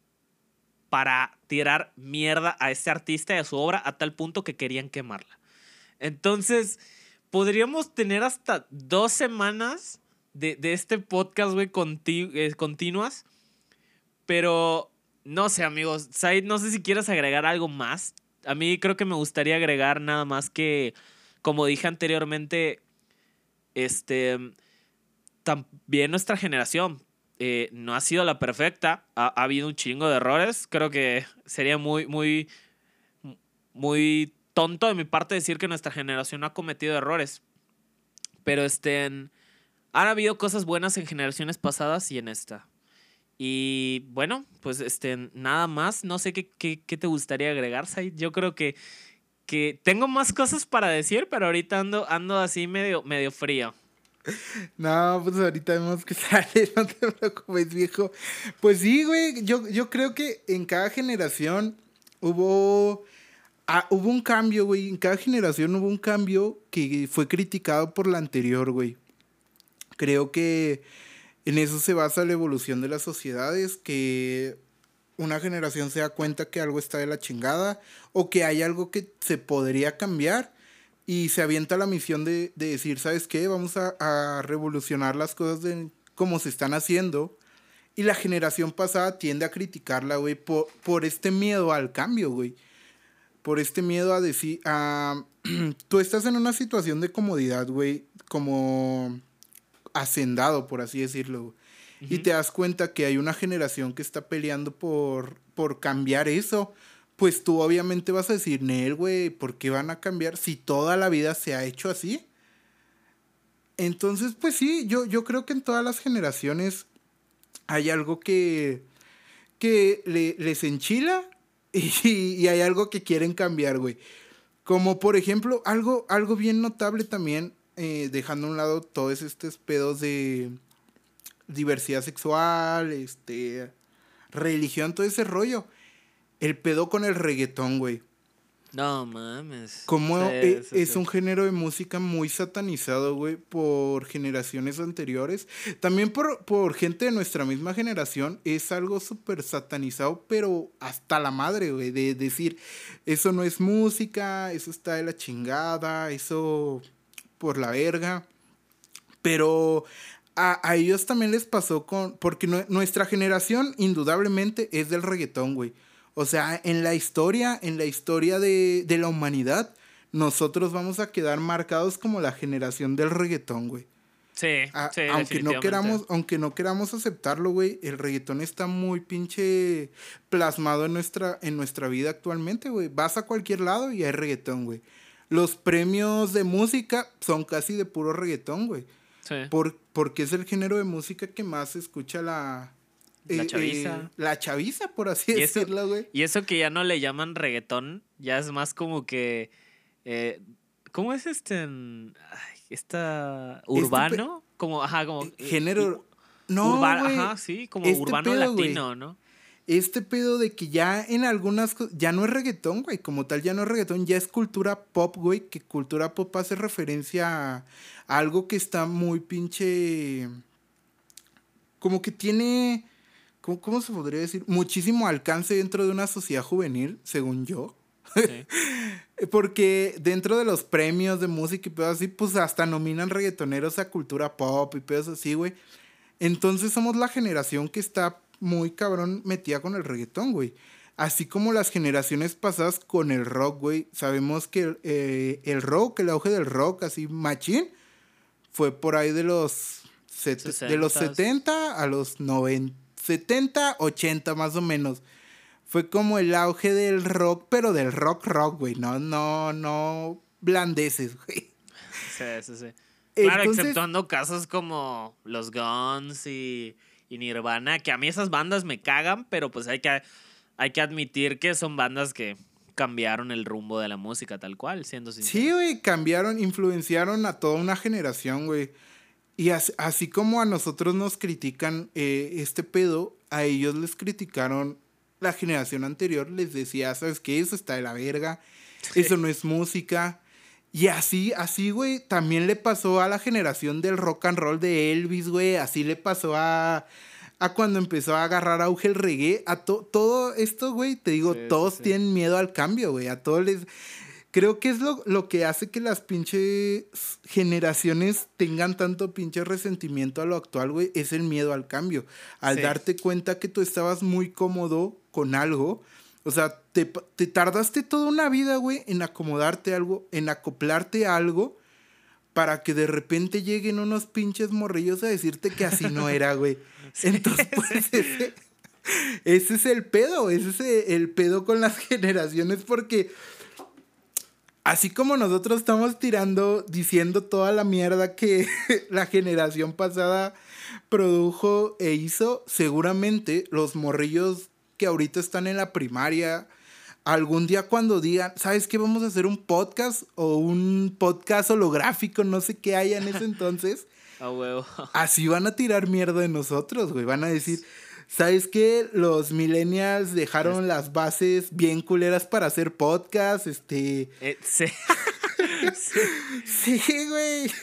para tirar mierda a este artista y a su obra a tal punto que querían quemarla. Entonces, podríamos tener hasta dos semanas de, de este podcast, güey, conti- eh, continuas. Pero... No sé, amigos. Said, no sé si quieres agregar algo más. A mí creo que me gustaría agregar nada más que, como dije anteriormente, este, también nuestra generación eh, no ha sido la perfecta. Ha, ha habido un chingo de errores. Creo que sería muy, muy, muy tonto de mi parte decir que nuestra generación no ha cometido errores. Pero este, han habido cosas buenas en generaciones pasadas y en esta. Y bueno, pues este, nada más. No sé qué, qué, qué te gustaría agregar, Said. Yo creo que, que tengo más cosas para decir, pero ahorita ando, ando así medio, medio frío. No, pues ahorita vemos que sale, no te preocupes, viejo. Pues sí, güey, yo, yo creo que en cada generación hubo, ah, hubo un cambio, güey. En cada generación hubo un cambio que fue criticado por la anterior, güey. Creo que en eso se basa la evolución de las sociedades, que una generación se da cuenta que algo está de la chingada o que hay algo que se podría cambiar y se avienta la misión de, de decir, ¿sabes qué? Vamos a, a revolucionar las cosas de como se están haciendo. Y la generación pasada tiende a criticarla, güey, por, por este miedo al cambio, güey. Por este miedo a decir, a, tú estás en una situación de comodidad, güey, como hacendado, por así decirlo. Uh-huh. Y te das cuenta que hay una generación que está peleando por, por cambiar eso. Pues tú obviamente vas a decir, Nel, güey, ¿por qué van a cambiar si toda la vida se ha hecho así? Entonces, pues sí, yo, yo creo que en todas las generaciones hay algo que, que le, les enchila y, y hay algo que quieren cambiar, güey. Como por ejemplo, algo, algo bien notable también, eh, dejando a un lado todos estos pedos de diversidad sexual, este, religión, todo ese rollo. El pedo con el reggaetón, güey. No mames. Como Sí, e- sí, es sí. un género de música muy satanizado, güey, por generaciones anteriores. También por, por gente de nuestra misma generación es algo súper satanizado, pero hasta la madre, güey, de decir, eso no es música, eso está de la chingada, eso por la verga. Pero a, a ellos también les pasó con... Porque nue- nuestra generación indudablemente es del reggaetón, güey. O sea, en la historia, en la historia de, de la humanidad, nosotros vamos a quedar marcados como la generación del reggaetón, güey. Sí, A- sí, aunque no definitivamente. queramos, aunque no queramos aceptarlo, güey, el reggaetón está muy pinche plasmado en nuestra, en nuestra vida actualmente, güey. Vas a cualquier lado y hay reggaetón, güey. Los premios de música son casi de puro reggaetón, güey. Sí. Por, porque es el género de música que más escucha la, La eh, eh, chaviza. la chaviza, por así Y eso, decirlo, güey. y eso que ya no le llaman reggaetón, ya es más como que. eh, ¿Cómo es este? en- Ay, esta. Este pe- ¿Urbano? Como, ajá, como. eh, eh, y- género... No, urbano, güey. ajá, sí, como Este urbano pedo, güey. latino, ¿no? Este pedo de que ya en algunas cosas, ya no es reggaetón, güey, como tal ya no es reggaetón, ya es cultura pop, güey, que cultura pop hace referencia a, a algo que está muy pinche, como que tiene, ¿cómo, cómo se podría decir? Muchísimo alcance dentro de una sociedad juvenil, según yo. Sí. Porque dentro de los premios de música y pedos así, pues hasta nominan reggaetoneros a cultura pop y pedos así, güey. Entonces somos la generación que está muy cabrón metida con el reggaetón, güey. Así como las generaciones pasadas con el rock, güey. Sabemos que eh, el rock, el auge del rock, así machín, fue por ahí de los, set- de los sesentas. setenta a los noventa, setenta, ochenta más o menos. Fue como el auge del rock, pero del rock rock, güey. No, no, no blandeces, güey. Sí, sí, sí. Claro, Entonces, exceptuando casos como los Guns y, y Nirvana, que a mí esas bandas me cagan, pero pues hay que, hay que admitir que son bandas que cambiaron el rumbo de la música tal cual, siendo sincero. sí, güey, cambiaron, influenciaron a toda una generación, güey. Y as- así como a nosotros nos critican eh, este pedo, a ellos les criticaron la generación anterior, les decía, ¿sabes qué? Eso está de la verga, eso no es música. Y así, así, güey, también le pasó a la generación del rock and roll de Elvis, güey, así le pasó a, a cuando empezó a agarrar auge el reggae, a to- todo esto, güey, te digo, Sí, sí, todos sí. tienen miedo al cambio, güey, a todos les... Creo que es lo, lo que hace que las pinches generaciones tengan tanto pinche resentimiento a lo actual, güey, es el miedo al cambio. Al Sí. darte cuenta que tú estabas muy cómodo con algo, o sea, te, pa- te tardaste toda una vida, güey, en acomodarte a algo, en acoplarte a algo, para que de repente lleguen unos pinches morrillos a decirte que así no era, güey. Sí, Entonces, pues, ese, ese es el pedo, ese es el pedo con las generaciones, porque... Así como nosotros estamos tirando, diciendo toda la mierda que la generación pasada produjo e hizo, seguramente los morrillos que ahorita están en la primaria, algún día cuando digan, ¿sabes qué? Vamos a hacer un podcast o un podcast holográfico, no sé qué haya en ese entonces. A huevo. Así van a tirar mierda de nosotros, güey. Van a decir, ¿sabes qué? Los millennials dejaron las bases bien culeras para hacer podcast, este... Eh, sí. Sí. Sí, güey.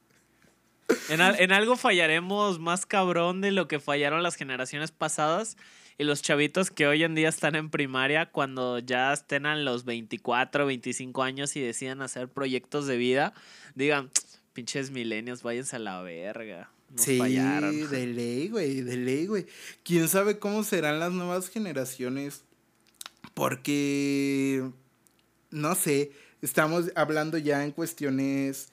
En, al- en algo fallaremos más cabrón de lo que fallaron las generaciones pasadas y los chavitos que hoy en día están en primaria cuando ya estén a los veinticuatro, veinticinco años y decidan hacer proyectos de vida, digan, pinches milenios, váyanse a la verga. Nos Sí, fallaron. de ley, güey, de ley, güey. ¿Quién sabe cómo serán las nuevas generaciones? Porque, no sé, estamos hablando ya en cuestiones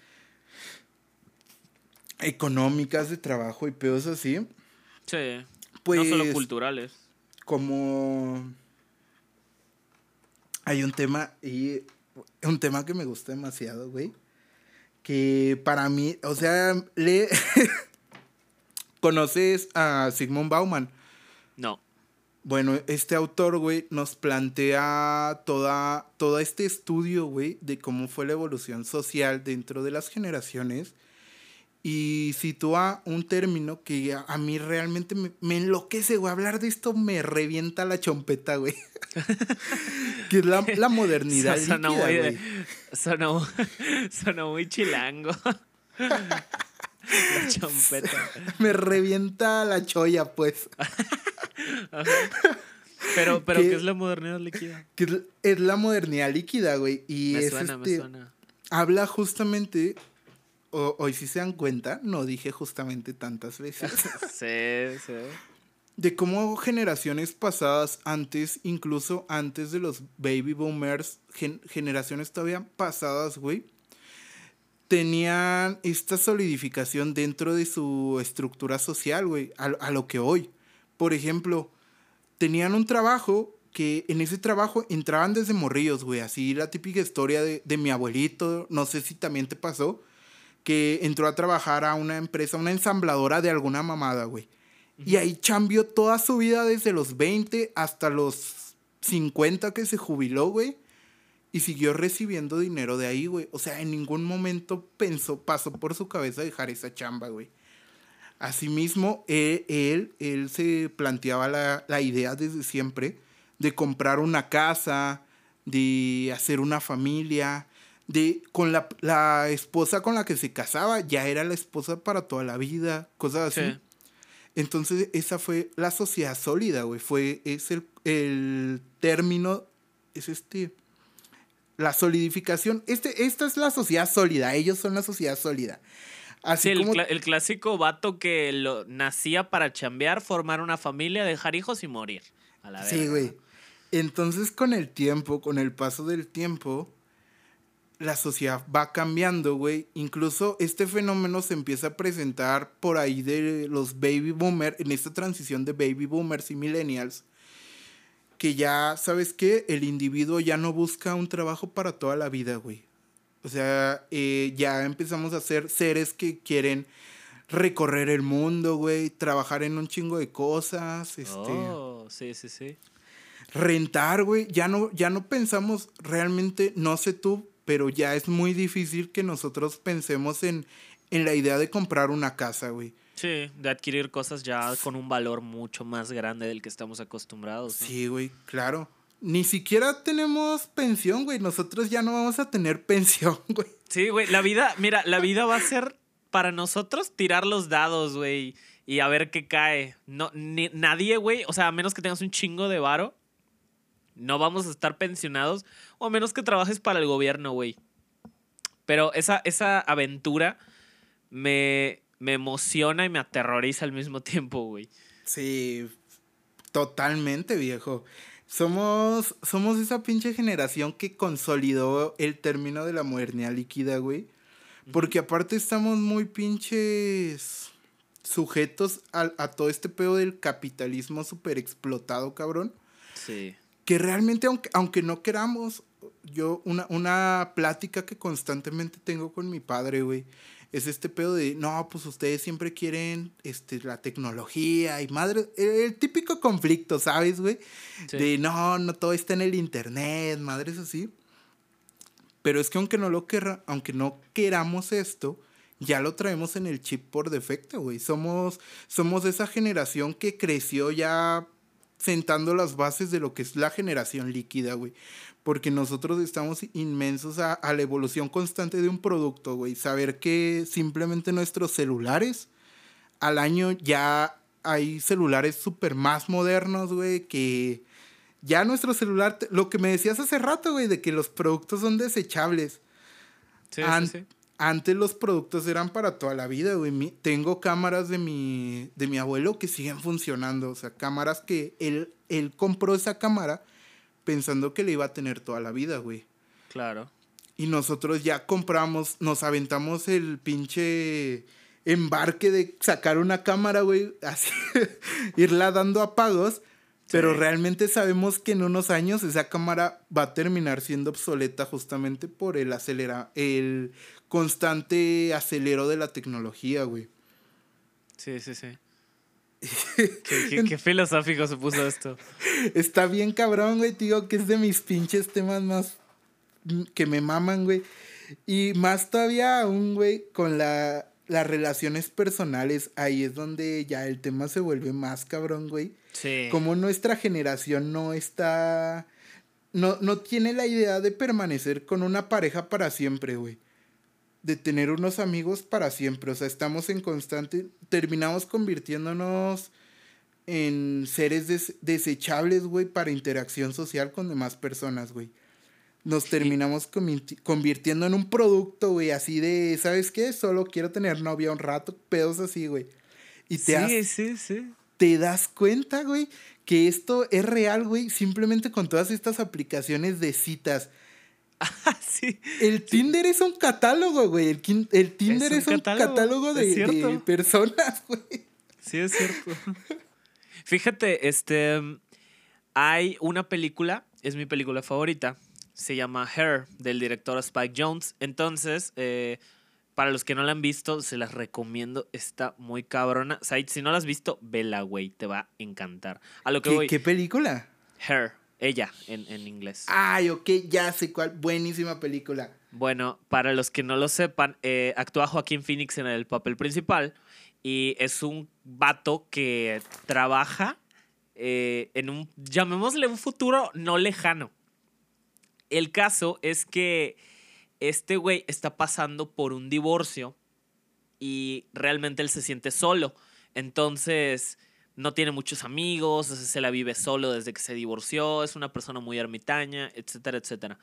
económicas de trabajo y pedos así. Sí. Pues, no solo culturales. como hay un tema y un tema que me gusta demasiado, güey, que para mí, o sea, le ¿conoces a Sigmund Bauman? No. Bueno, este autor, güey, nos plantea toda, todo este estudio, güey, de cómo fue la evolución social dentro de las generaciones. y sitúa un término que a, a mí realmente me, me enloquece, güey. Hablar de esto me revienta la chompeta, güey. Que es la, la modernidad Eso sonó líquida, muy, güey. sonó, sonó muy chilango. La chompeta. Me revienta la cholla, pues. Pero, pero ¿Qué? ¿qué es la modernidad líquida? Que es, es la modernidad líquida, güey. Y Me es suena, este, me suena. habla justamente, o, hoy si se dan cuenta, no dije justamente tantas veces, Sí, sí. de cómo generaciones pasadas, antes, incluso antes de los baby boomers, gen- generaciones todavía pasadas, güey, tenían esta solidificación dentro de su estructura social, güey, a, a lo que hoy. Por ejemplo, tenían un trabajo que en ese trabajo entraban desde morrillos, güey. Así la típica historia de, de mi abuelito, no sé si también te pasó, que entró a trabajar a una empresa, una ensambladora de alguna mamada, güey. Uh-huh. Y ahí chambeó toda su vida desde los veinte hasta los cincuenta que se jubiló, güey. Y siguió recibiendo dinero de ahí, güey. O sea, en ningún momento pensó, pasó por su cabeza dejar esa chamba, güey. Asimismo, él, él, él se planteaba la, la idea desde siempre de comprar una casa, de hacer una familia, de con la, la esposa con la que se casaba, ya era la esposa para toda la vida, cosas así. Sí. Entonces, esa fue la sociedad sólida, güey. Fue, es el, el término, es este, la solidificación. Este, esta es la sociedad sólida, ellos son la sociedad sólida. Así sí, el, como... cl- el clásico vato que lo, nacía para chambear, formar una familia, dejar hijos y morir. A la sí, güey. ¿no? Entonces, con el tiempo, con el paso del tiempo, la sociedad va cambiando, güey. Incluso este fenómeno se empieza a presentar por ahí de los baby boomers, en esta transición de baby boomers y millennials, que ya, ¿sabes qué? El individuo ya no busca un trabajo para toda la vida, güey. O sea, eh, ya empezamos a ser seres que quieren recorrer el mundo, güey, trabajar en un chingo de cosas, este... Oh, sí, sí, sí. Rentar, güey, ya no, ya no pensamos realmente, no sé tú, pero ya es muy difícil que nosotros pensemos en, en la idea de comprar una casa, güey. Sí, de adquirir cosas ya con un valor mucho más grande del que estamos acostumbrados, ¿no? Sí, güey, claro. Ni siquiera tenemos pensión, güey. Nosotros ya no vamos a tener pensión, güey. Sí, güey. La vida, mira, la vida va a ser para nosotros tirar los dados, güey. Y a ver qué cae. No, ni, nadie, güey. O sea, a menos que tengas un chingo de varo, no vamos a estar pensionados. O a menos que trabajes para el gobierno, güey. Pero esa, esa aventura me, me emociona y me aterroriza al mismo tiempo, güey. Sí, totalmente, viejo. Somos, somos esa pinche generación que consolidó el término de la modernidad líquida, güey. Porque aparte estamos muy pinches sujetos a, a todo este pedo del capitalismo súper explotado, cabrón. Sí. Que realmente, aunque, aunque no queramos, yo una, una plática que constantemente tengo con mi padre, güey, es este pedo de, no, pues ustedes siempre quieren este, la tecnología y madre, el, el típico conflicto, ¿sabes, güey? Sí. De, no, no todo está en el internet, madres así. Pero es que aunque no lo querra, aunque no queramos esto, ya lo traemos en el chip por defecto, güey. Somos, somos esa generación que creció ya sentando las bases de lo que es la generación líquida, güey. Porque nosotros estamos inmensos a, a la evolución constante de un producto, güey. Saber que simplemente nuestros celulares, al año ya hay celulares súper más modernos, güey, que ya nuestro celular, lo que me decías hace rato, güey, de que los productos son desechables. Sí, An- sí, sí. Antes los productos eran para toda la vida, güey. Mi, tengo cámaras de mi, de mi abuelo que siguen funcionando. O sea, cámaras que él, él compró esa cámara pensando que le iba a tener toda la vida, güey. Claro. Y nosotros ya compramos, nos aventamos el pinche embarque de sacar una cámara, güey, así, irla dando apagos. Sí. Pero realmente sabemos que en unos años esa cámara va a terminar siendo obsoleta justamente por el acelera, el constante acelero de la tecnología, güey. Sí, sí, sí. ¿Qué, qué, qué filosófico se puso esto? Está bien cabrón, güey, tío, que es de mis pinches temas más que me maman, güey. Y más todavía aún, güey, con la las relaciones personales, ahí es donde ya el tema se vuelve más cabrón, güey. Sí. Como nuestra generación no está... No, no tiene la idea de permanecer con una pareja para siempre, güey. De tener unos amigos para siempre. O sea, estamos en constante... Terminamos convirtiéndonos en seres des- desechables, güey, para interacción social con demás personas, güey. Nos terminamos comi- convirtiendo en un producto, güey, así de, ¿sabes qué? Solo quiero tener novia un rato, pedos así, güey. Y te, Sí, has, sí, sí. te das cuenta, güey, que esto es real, güey, simplemente con todas estas aplicaciones de citas. Ah, sí. El Sí. Tinder es un catálogo, güey. El, kin- el Tinder un es un catálogo, catálogo, es de, de cierto. personas, güey. Sí, es cierto. Fíjate, este. Hay una película, es mi película favorita. Se llama Her, del director Spike Jonze. Entonces, eh, para los que no la han visto, se las recomiendo. Está muy cabrona. Said, si no la has visto, vela, güey. Te va a encantar. A lo que ¿Qué, voy. ¿Qué película? Her, ella, en, en inglés. Ay, ok, ya sé cuál. Buenísima película. Bueno, para los que no lo sepan, eh, actúa Joaquín Phoenix en el papel principal. Y es un vato que trabaja eh, en un, llamémosle un futuro no lejano. El caso es que este güey está pasando por un divorcio y realmente él se siente solo. Entonces no tiene muchos amigos, se la vive solo desde que se divorció, es una persona muy ermitaña, etcétera, etcétera.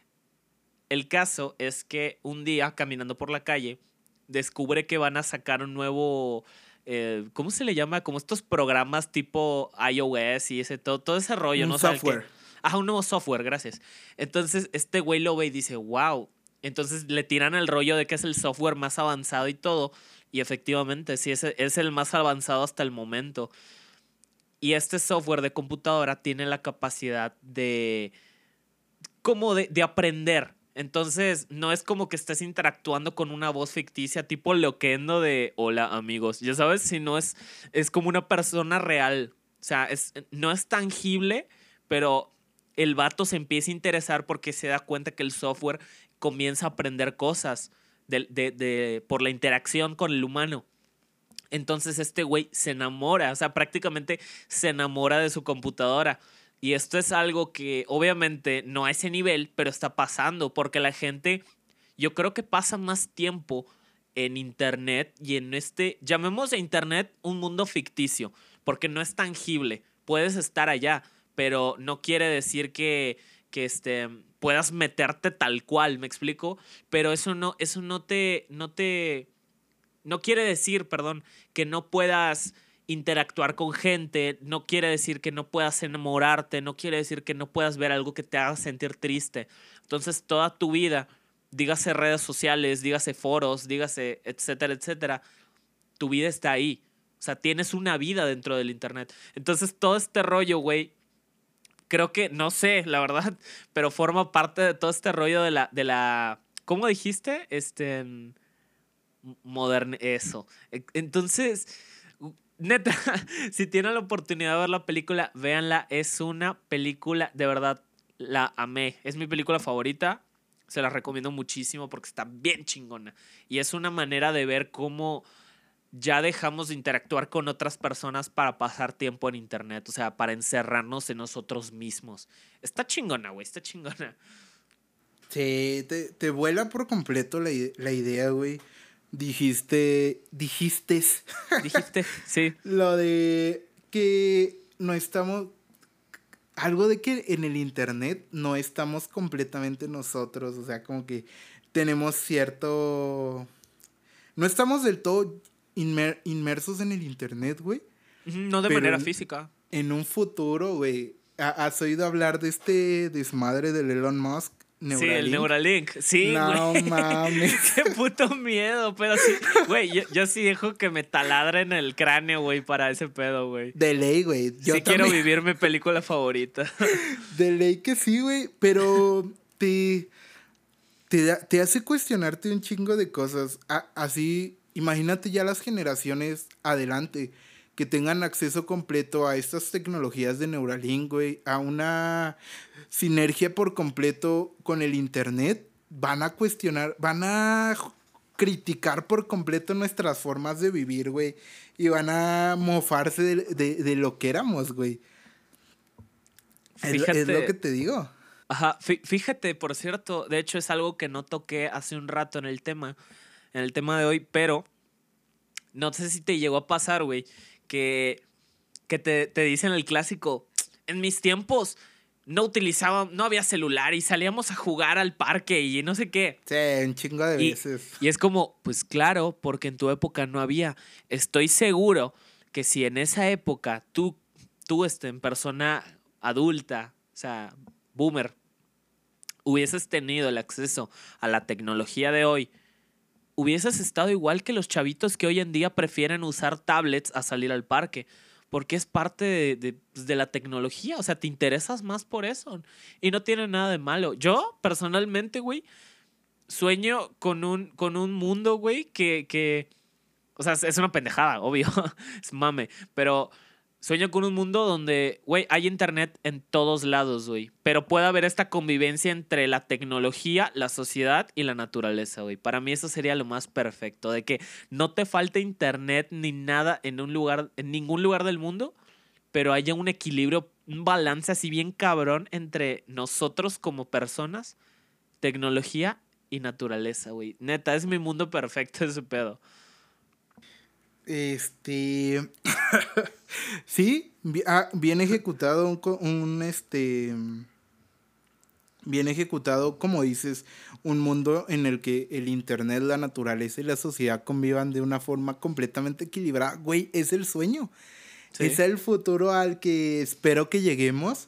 El caso es que un día, caminando por la calle, descubre que van a sacar un nuevo... Eh, ¿cómo se le llama? Como estos programas tipo iOS y ese todo, todo ese rollo, Un ¿no? O sea, software. que, ajá, un nuevo software, gracias. Entonces, este güey lo ve y dice, wow. Entonces le tiran el rollo de que es el software más avanzado y todo. Y efectivamente, sí, es, es el más avanzado hasta el momento. Y este software de computadora tiene la capacidad de... como de, de aprender. Entonces, no es como que estés interactuando con una voz ficticia tipo loquendo de hola amigos, ya sabes, sino es, es como una persona real. O sea, es, no es tangible, pero el vato se empieza a interesar porque se da cuenta que el software comienza a aprender cosas de, de, de, por la interacción con el humano. Entonces este güey se enamora, o sea, prácticamente se enamora de su computadora. Y esto es algo que obviamente no a ese nivel, pero está pasando porque la gente, yo creo que pasa más tiempo en internet y en este, llamemos a internet un mundo ficticio, porque no es tangible, puedes estar allá, pero no quiere decir que, que este, puedas meterte tal cual, ¿me explico? Pero eso no, eso no te, no te, no quiere decir, perdón, que no puedas interactuar con gente, no quiere decir que no puedas enamorarte, no quiere decir que no puedas ver algo que te haga sentir triste. Entonces, toda tu vida, dígase redes sociales, dígase foros, dígase etcétera, etcétera, tu vida está ahí. O sea, tienes una vida dentro del internet. Entonces, todo este rollo, güey, creo que, no sé, la verdad, pero forma parte de todo este rollo de la, de la, ¿cómo dijiste? Este, modern, eso. Entonces, neta, si tienen la oportunidad de ver la película, véanla. Es una película, de verdad, la amé. Es mi película favorita. Se la recomiendo muchísimo porque está bien chingona. Y es una manera de ver cómo ya dejamos de interactuar con otras personas para pasar tiempo en internet. O sea, para encerrarnos en nosotros mismos. Está chingona, güey. Está chingona. Sí, te, te vuela por completo la, la idea, güey. Dijiste, dijiste Dijiste, sí. lo de que no estamos, algo de que en el internet no estamos completamente nosotros, o sea, como que tenemos cierto, no estamos del todo inmer, inmersos en el internet, güey. No de manera en, física. En un futuro, güey, ¿has oído hablar de este desmadre del Elon Musk? Neuralink. Sí, el Neuralink. Sí, no, güey. mames. Qué puto miedo, pero sí. Güey, yo, yo sí dejo que me taladren el cráneo, güey, para ese pedo, güey. De ley, güey. Yo sí también quiero vivir mi película favorita. De ley que sí, güey, pero te, te, da, te hace cuestionarte un chingo de cosas. A, así, imagínate ya las generaciones adelante que tengan acceso completo a estas tecnologías de Neuralink, güey, a una sinergia por completo con el internet, van a cuestionar, van a criticar por completo nuestras formas de vivir, güey. Y van a mofarse de, de, de lo que éramos, güey. Es, es lo que te digo. Ajá, fíjate, por cierto, de hecho es algo que no toqué hace un rato en el tema, en el tema de hoy, pero no sé si te llegó a pasar, güey, que, que te, te dicen el clásico, en mis tiempos no utilizaba, no había celular y salíamos a jugar al parque y no sé qué. Sí, un chingo de y, veces. Y es como, pues claro, porque en tu época no había. Estoy seguro que si en esa época tú, tú este, en persona adulta, o sea, boomer, hubieses tenido el acceso a la tecnología de hoy, hubieses estado igual que los chavitos que hoy en día prefieren usar tablets a salir al parque, porque es parte de, de, de la tecnología, o sea, te interesas más por eso y no tiene nada de malo. Yo, personalmente, güey, sueño con un, con un mundo, güey, que, que, o sea, es una pendejada, obvio, es mame, pero sueño con un mundo donde, güey, hay internet en todos lados, güey. Pero puede haber esta convivencia entre la tecnología, la sociedad y la naturaleza, güey. Para mí eso sería lo más perfecto. De que no te falte internet ni nada en un lugar, en ningún lugar del mundo, pero haya un equilibrio, un balance así bien cabrón entre nosotros como personas, tecnología y naturaleza, güey. Neta, es mi mundo perfecto ese pedo. Este. Sí, bien ejecutado. Un, un. Este. Bien ejecutado, como dices, un mundo en el que el internet, la naturaleza y la sociedad convivan de una forma completamente equilibrada. Güey, es el sueño. Sí. Es el futuro al que espero que lleguemos.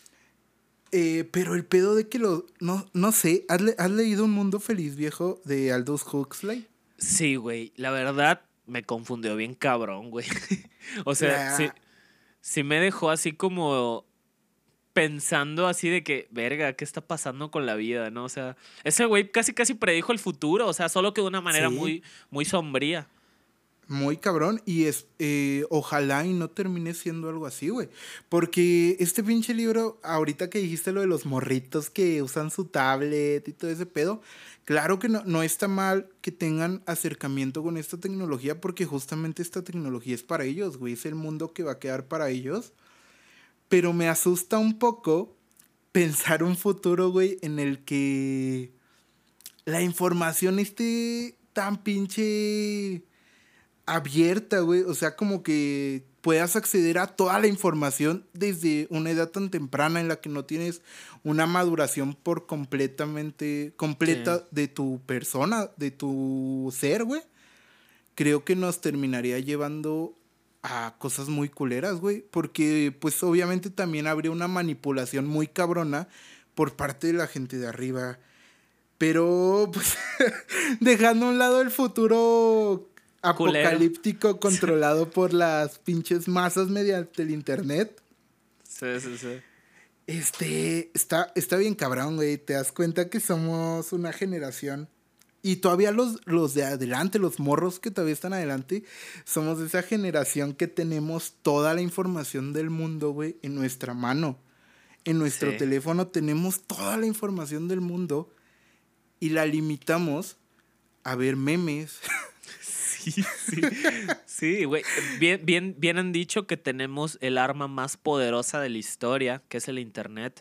Eh, pero el pedo de que lo. No, no sé, ¿has, le, ¿has leído Un Mundo Feliz, viejo, de Aldous Huxley? Sí, güey, la verdad me confundió bien cabrón, güey. O sea, la... sí, sí me dejó así como pensando así de que, verga, ¿qué está pasando con la vida, no? O sea, ese güey casi casi predijo el futuro, o sea, solo que de una manera sí. muy, muy sombría. Muy cabrón, y es eh, ojalá y no termine siendo algo así, güey. Porque este pinche libro, ahorita que dijiste lo de los morritos que usan su tablet y todo ese pedo, claro que no, no está mal que tengan acercamiento con esta tecnología, porque justamente esta tecnología es para ellos, güey. Es el mundo que va a quedar para ellos. Pero me asusta un poco pensar un futuro, güey, en el que la información esté tan pinche abierta, güey. O sea, como que puedas acceder a toda la información desde una edad tan temprana en la que no tienes una maduración por completamente completa sí. de tu persona, de tu ser, güey. Creo que nos terminaría llevando a cosas muy culeras, güey. Porque, pues, obviamente también habría una manipulación muy cabrona por parte de la gente de arriba. Pero, pues, dejando a un lado el futuro apocalíptico culero. Controlado por las pinches masas mediante el internet. Sí, sí, sí. Este, está, está bien cabrón, güey. Te das cuenta que somos una generación. Y todavía los, los de adelante, los morros que todavía están adelante, somos de esa generación que tenemos toda la información del mundo, güey, en nuestra mano. En nuestro sí. teléfono tenemos toda la información del mundo y la limitamos a ver memes. Sí, sí. Sí, güey. Bien, bien, bien han dicho que tenemos el arma más poderosa de la historia, que es el internet.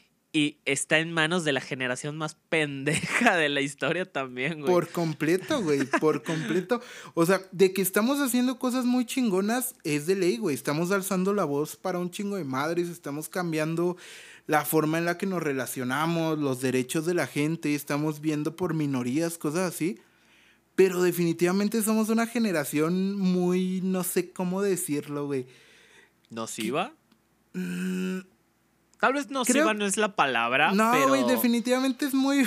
Y está en manos de la generación más pendeja de la historia también, güey. Por completo, güey, por completo. O sea, de que estamos haciendo cosas muy chingonas es de ley, güey. Estamos alzando la voz para un chingo de madres, estamos cambiando la forma en la que nos relacionamos, los derechos de la gente, estamos viendo por minorías, cosas así. Pero definitivamente somos una generación muy, no sé cómo decirlo, güey. ¿Nociva? Mmm... Tal vez nociva Creo... no es la palabra, no, pero... güey, definitivamente es muy...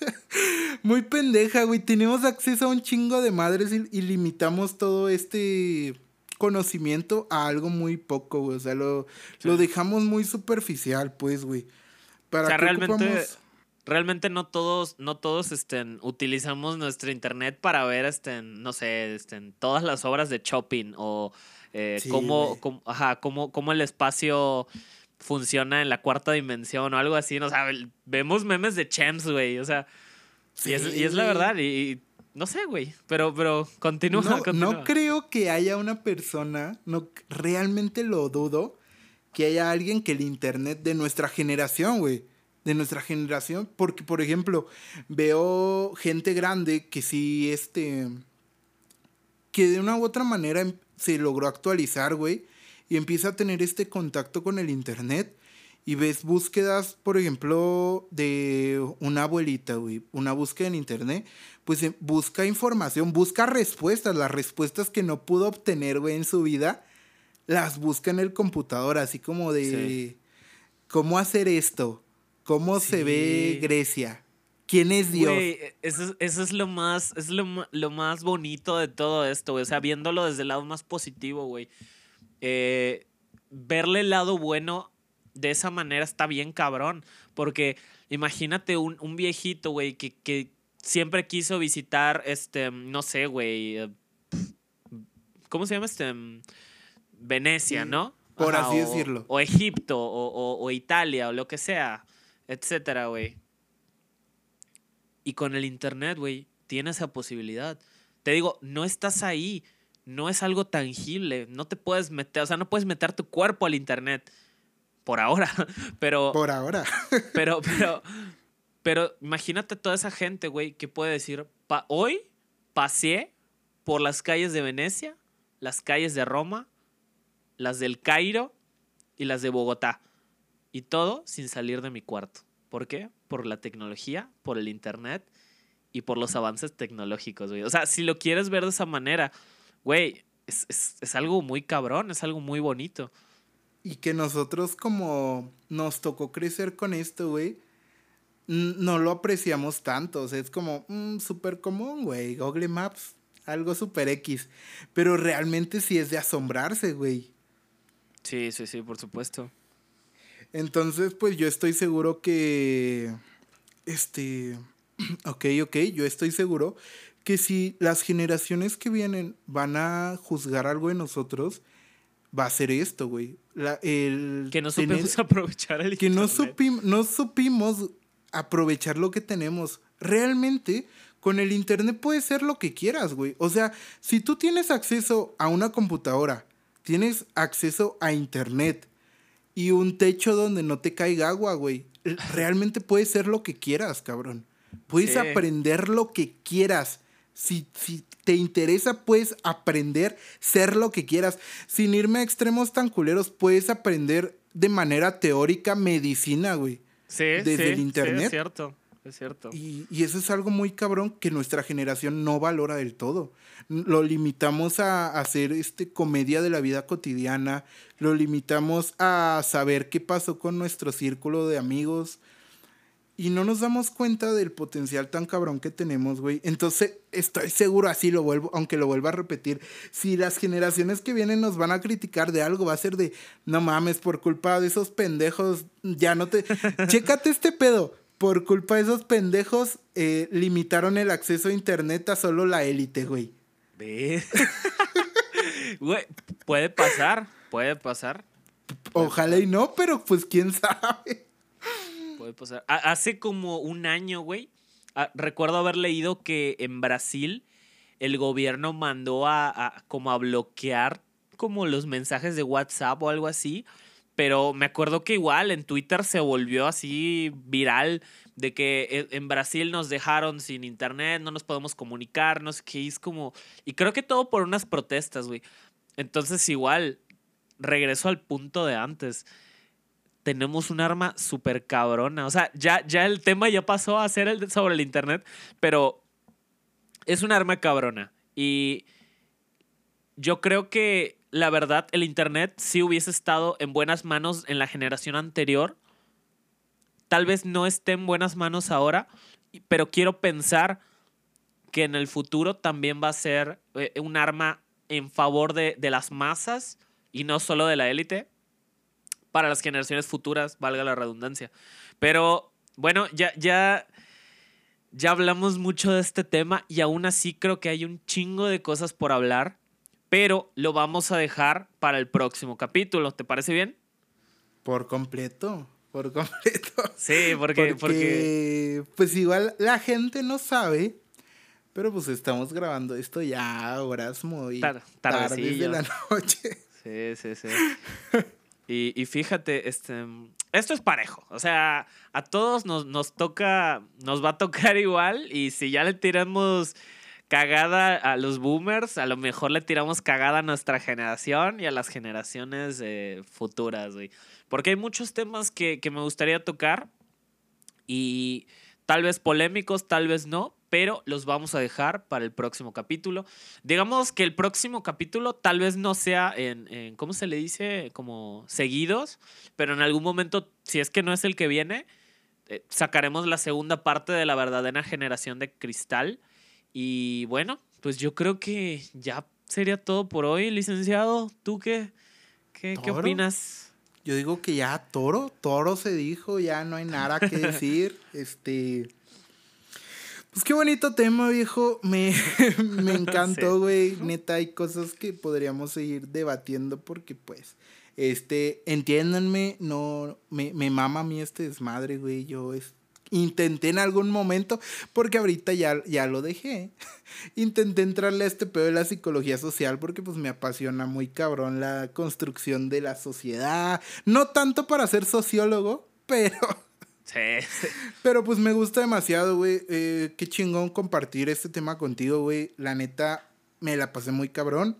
muy pendeja, güey. Tenemos acceso a un chingo de madres y, y limitamos todo este conocimiento a algo muy poco, güey. O sea, lo, sí. lo dejamos muy superficial, pues, güey. ¿Para o sea, qué realmente... ocupamos? Realmente no todos, no todos estén, utilizamos nuestro internet para ver estén, no sé, estén, todas las obras de Chopin o eh, sí, cómo, cómo, ajá, cómo, cómo el espacio funciona en la cuarta dimensión o algo así. ¿No? O sea, vemos memes de Champs, güey. O sea, sí. y, es, y es la verdad. Y, No sé, güey, pero, pero continúa, no, continúa. No creo que haya una persona, no, realmente lo dudo, que haya alguien que el internet de nuestra generación, güey, de nuestra generación, porque, por ejemplo, veo gente grande que sí, este, que de una u otra manera em- se logró actualizar, güey, y empieza a tener este contacto con el internet. Y ves búsquedas, por ejemplo, de una abuelita, güey, una búsqueda en internet, pues eh, busca información, busca respuestas, las respuestas que no pudo obtener, güey, en su vida, las busca en el computador, así como Sí. de cómo hacer esto, cómo se ve Sí. Grecia, quién es Dios. Güey, eso, es- eso es lo más, es lo, ma- lo más bonito de todo esto, güey. O sea, viéndolo desde el lado más positivo, güey. Eh, verle el lado bueno de esa manera está bien cabrón. Porque imagínate un, un viejito, güey, que, que siempre quiso visitar, este, no sé, güey. eh, ¿Cómo se llama este? Mm, Venecia, Sí, ¿no? por Ajá, así o, decirlo. o Egipto, o, o- o Italia, o lo que sea, etcétera, güey. Y con el internet, güey, tienes esa posibilidad. Te digo, no estás ahí, no es algo tangible, no te puedes meter, o sea, no puedes meter tu cuerpo al internet por ahora, pero, Por ahora. pero, pero, pero imagínate toda esa gente, güey, que puede decir, "Pa- hoy paseé por las calles de Venecia, las calles de Roma, las del Cairo y las de Bogotá, y todo sin salir de mi cuarto. ¿Por qué? Por la tecnología, por el internet y por los avances tecnológicos, güey. O sea, si lo quieres ver de esa manera, güey, es, es, es algo muy cabrón, es algo muy bonito. Y que nosotros como nos tocó crecer con esto, güey, n- no lo apreciamos tanto. O sea, es como mm, súper común, güey. Google Maps, algo súper X. Pero realmente sí es de asombrarse, güey. Sí, sí, sí, por supuesto. Entonces, pues yo estoy seguro que... Este... Ok, ok, yo estoy seguro que si las generaciones que vienen van a juzgar algo de nosotros, va a ser esto, güey. La, el Que no tener supimos aprovechar el que no, internet. supim- no supimos aprovechar lo que tenemos. Realmente, con el internet puedes ser lo que quieras, güey. O sea, si tú tienes acceso a una computadora, tienes acceso a internet y un techo donde no te caiga agua, güey, realmente puedes ser lo que quieras, cabrón. Puedes Sí, aprender lo que quieras. Si, si te interesa, puedes aprender ser lo que quieras. Sin irme a extremos tan culeros, puedes aprender de manera teórica medicina, güey. sí, Desde el sí, sí, es internet. cierto, es cierto. Y, y eso es algo muy cabrón que nuestra generación no valora del todo. Lo limitamos a hacer este comedia de la vida cotidiana. Lo limitamos a saber qué pasó con nuestro círculo de amigos. Y no nos damos cuenta del potencial tan cabrón que tenemos, güey. Entonces, estoy seguro, así lo vuelvo, aunque lo vuelva a repetir. Si las generaciones que vienen nos van a criticar de algo, va a ser de, no mames, por culpa de esos pendejos, ya no te... Chécate este pedo. Por culpa de esos pendejos, eh, limitaron el acceso a internet a solo la élite, güey. Ve. Güey, puede pasar, puede pasar, puede Ojalá y pasar, no, pero pues quién sabe. puede pasar. Ha- Hace como un año, güey, ah, recuerdo haber leído que en Brasil el gobierno mandó a, a- como a bloquear como los mensajes de WhatsApp o algo así, pero me acuerdo que igual en Twitter se volvió así viral de que e- en Brasil nos dejaron sin internet, no nos podemos comunicar, no sé qué, y es como... Y creo que todo por unas protestas, güey. Entonces igual, regreso al punto de antes. Tenemos un arma súper cabrona. O sea, ya, ya el tema ya pasó a ser el de- sobre el internet, pero es un arma cabrona. Y yo creo que la verdad, el internet sí hubiese estado en buenas manos en la generación anterior. Tal vez no esté en buenas manos ahora, y- pero quiero pensar que en el futuro también va a ser eh, un arma en favor de, de las masas y no solo de la élite para las generaciones futuras, valga la redundancia. Pero bueno, ya, ya, ya hablamos mucho de este tema y aún así creo que hay un chingo de cosas por hablar, pero lo vamos a dejar para el próximo capítulo. ¿Te parece bien? Por completo, por completo. Sí, porque, porque... Porque, pues igual la gente no sabe, Pero pues estamos grabando esto ya a horas muy Tar- tardes de tardecillo. la noche. Sí, sí, sí. Y, y fíjate, este, esto es parejo. O sea, a todos nos, nos toca, nos va a tocar igual. Y si ya le tiramos cagada a los boomers, a lo mejor le tiramos cagada a nuestra generación y a las generaciones eh, futuras, güey. Porque hay muchos temas que, que me gustaría tocar y tal vez polémicos, tal vez no, pero los vamos a dejar para el próximo capítulo. Digamos que el próximo capítulo tal vez no sea en, en ¿cómo se le dice? Como seguidos, pero en algún momento, si es que no es el que viene, eh, sacaremos la segunda parte de la verdadera generación de cristal. Y bueno, pues yo creo que ya sería todo por hoy, licenciado. ¿Tú qué, qué, qué ¿Toro? opinas? Yo digo que ya toro, toro se dijo, ya no hay nada que decir. Este. Pues qué bonito tema, viejo. Me, me encantó, Sí. güey. Neta, hay cosas que podríamos seguir debatiendo porque, pues, este, entiéndanme, no, me, me mama a mí este desmadre, güey. Yo es, intenté en algún momento, porque ahorita ya, ya lo dejé. Intenté entrarle a este pedo de la psicología social porque, pues, me apasiona muy cabrón la construcción de la sociedad. No tanto para ser sociólogo, pero... Sí, sí. Pero pues me gusta demasiado, güey. Eh, qué chingón compartir este tema contigo, güey. La neta, me la pasé muy cabrón.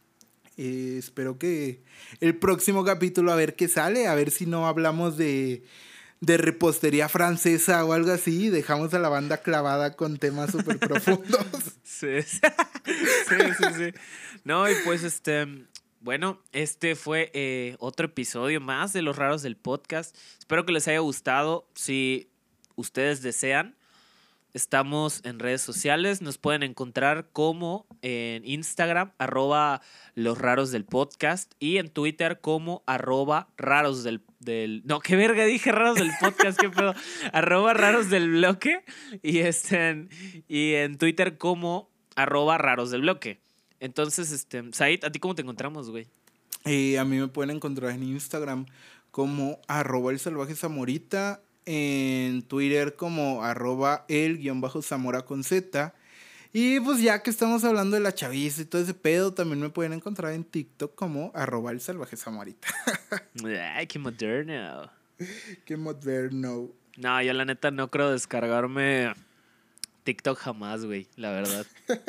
Eh, espero que el próximo capítulo a ver qué sale. A ver si no hablamos de, de repostería francesa o algo así. Dejamos a la banda clavada con temas súper profundos. Sí, sí, sí, sí, sí. No, y pues este, bueno, este fue eh, otro episodio más de Los Raros del Podcast. Espero que les haya gustado. Si ustedes desean, estamos en redes sociales. Nos pueden encontrar como en Instagram, arroba Los Raros del Podcast, y en Twitter como arroba Raros del, del... No, qué verga, dije Raros del Podcast, qué pedo. Arroba Raros del Bloque, y, este, en- y en Twitter como arroba Raros del Bloque. Entonces, este, Said, ¿a ti cómo te encontramos, güey? Eh, a mí me pueden encontrar en Instagram como arroba el salvaje zamorita. En Twitter como arroba el guión bajo zamora con Z. Y pues ya que estamos hablando de la chaviza y todo ese pedo, también me pueden encontrar en TikTok como arroba el salvaje zamorita. Ay, qué moderno. Qué moderno. No, yo la neta no creo descargarme TikTok jamás, güey, la verdad.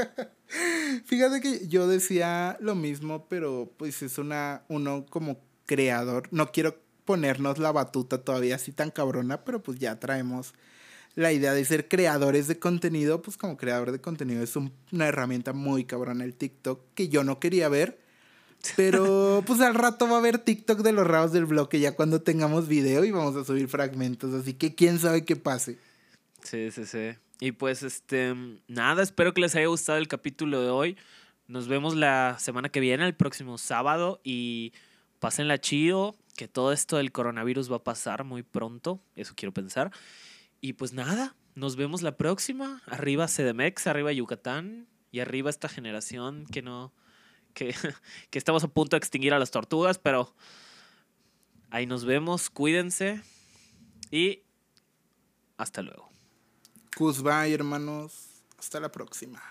Fíjate que yo decía lo mismo, pero pues es una, uno como creador. No quiero ponernos la batuta todavía así tan cabrona, pero pues ya traemos la idea de ser creadores de contenido. Pues como creador de contenido es un- una herramienta muy cabrona el TikTok que yo no quería ver. Pero pues al rato va a haber TikTok de los raros del bloque ya cuando tengamos video y vamos a subir fragmentos. Así que quién sabe qué pase. Sí, sí, sí. Y pues, este, nada, espero que les haya gustado el capítulo de hoy. Nos vemos la semana que viene, el próximo sábado, y pásenla chido, que todo esto del coronavirus va a pasar muy pronto, eso quiero pensar. Y pues nada, nos vemos la próxima. Arriba C D M X, arriba Yucatán, y arriba esta generación que no, que, que estamos a punto de extinguir a las tortugas, pero ahí nos vemos, cuídense y hasta luego. Goodbye, hermanos. Hasta la próxima.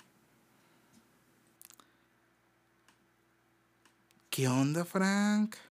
¿Qué onda, Frank?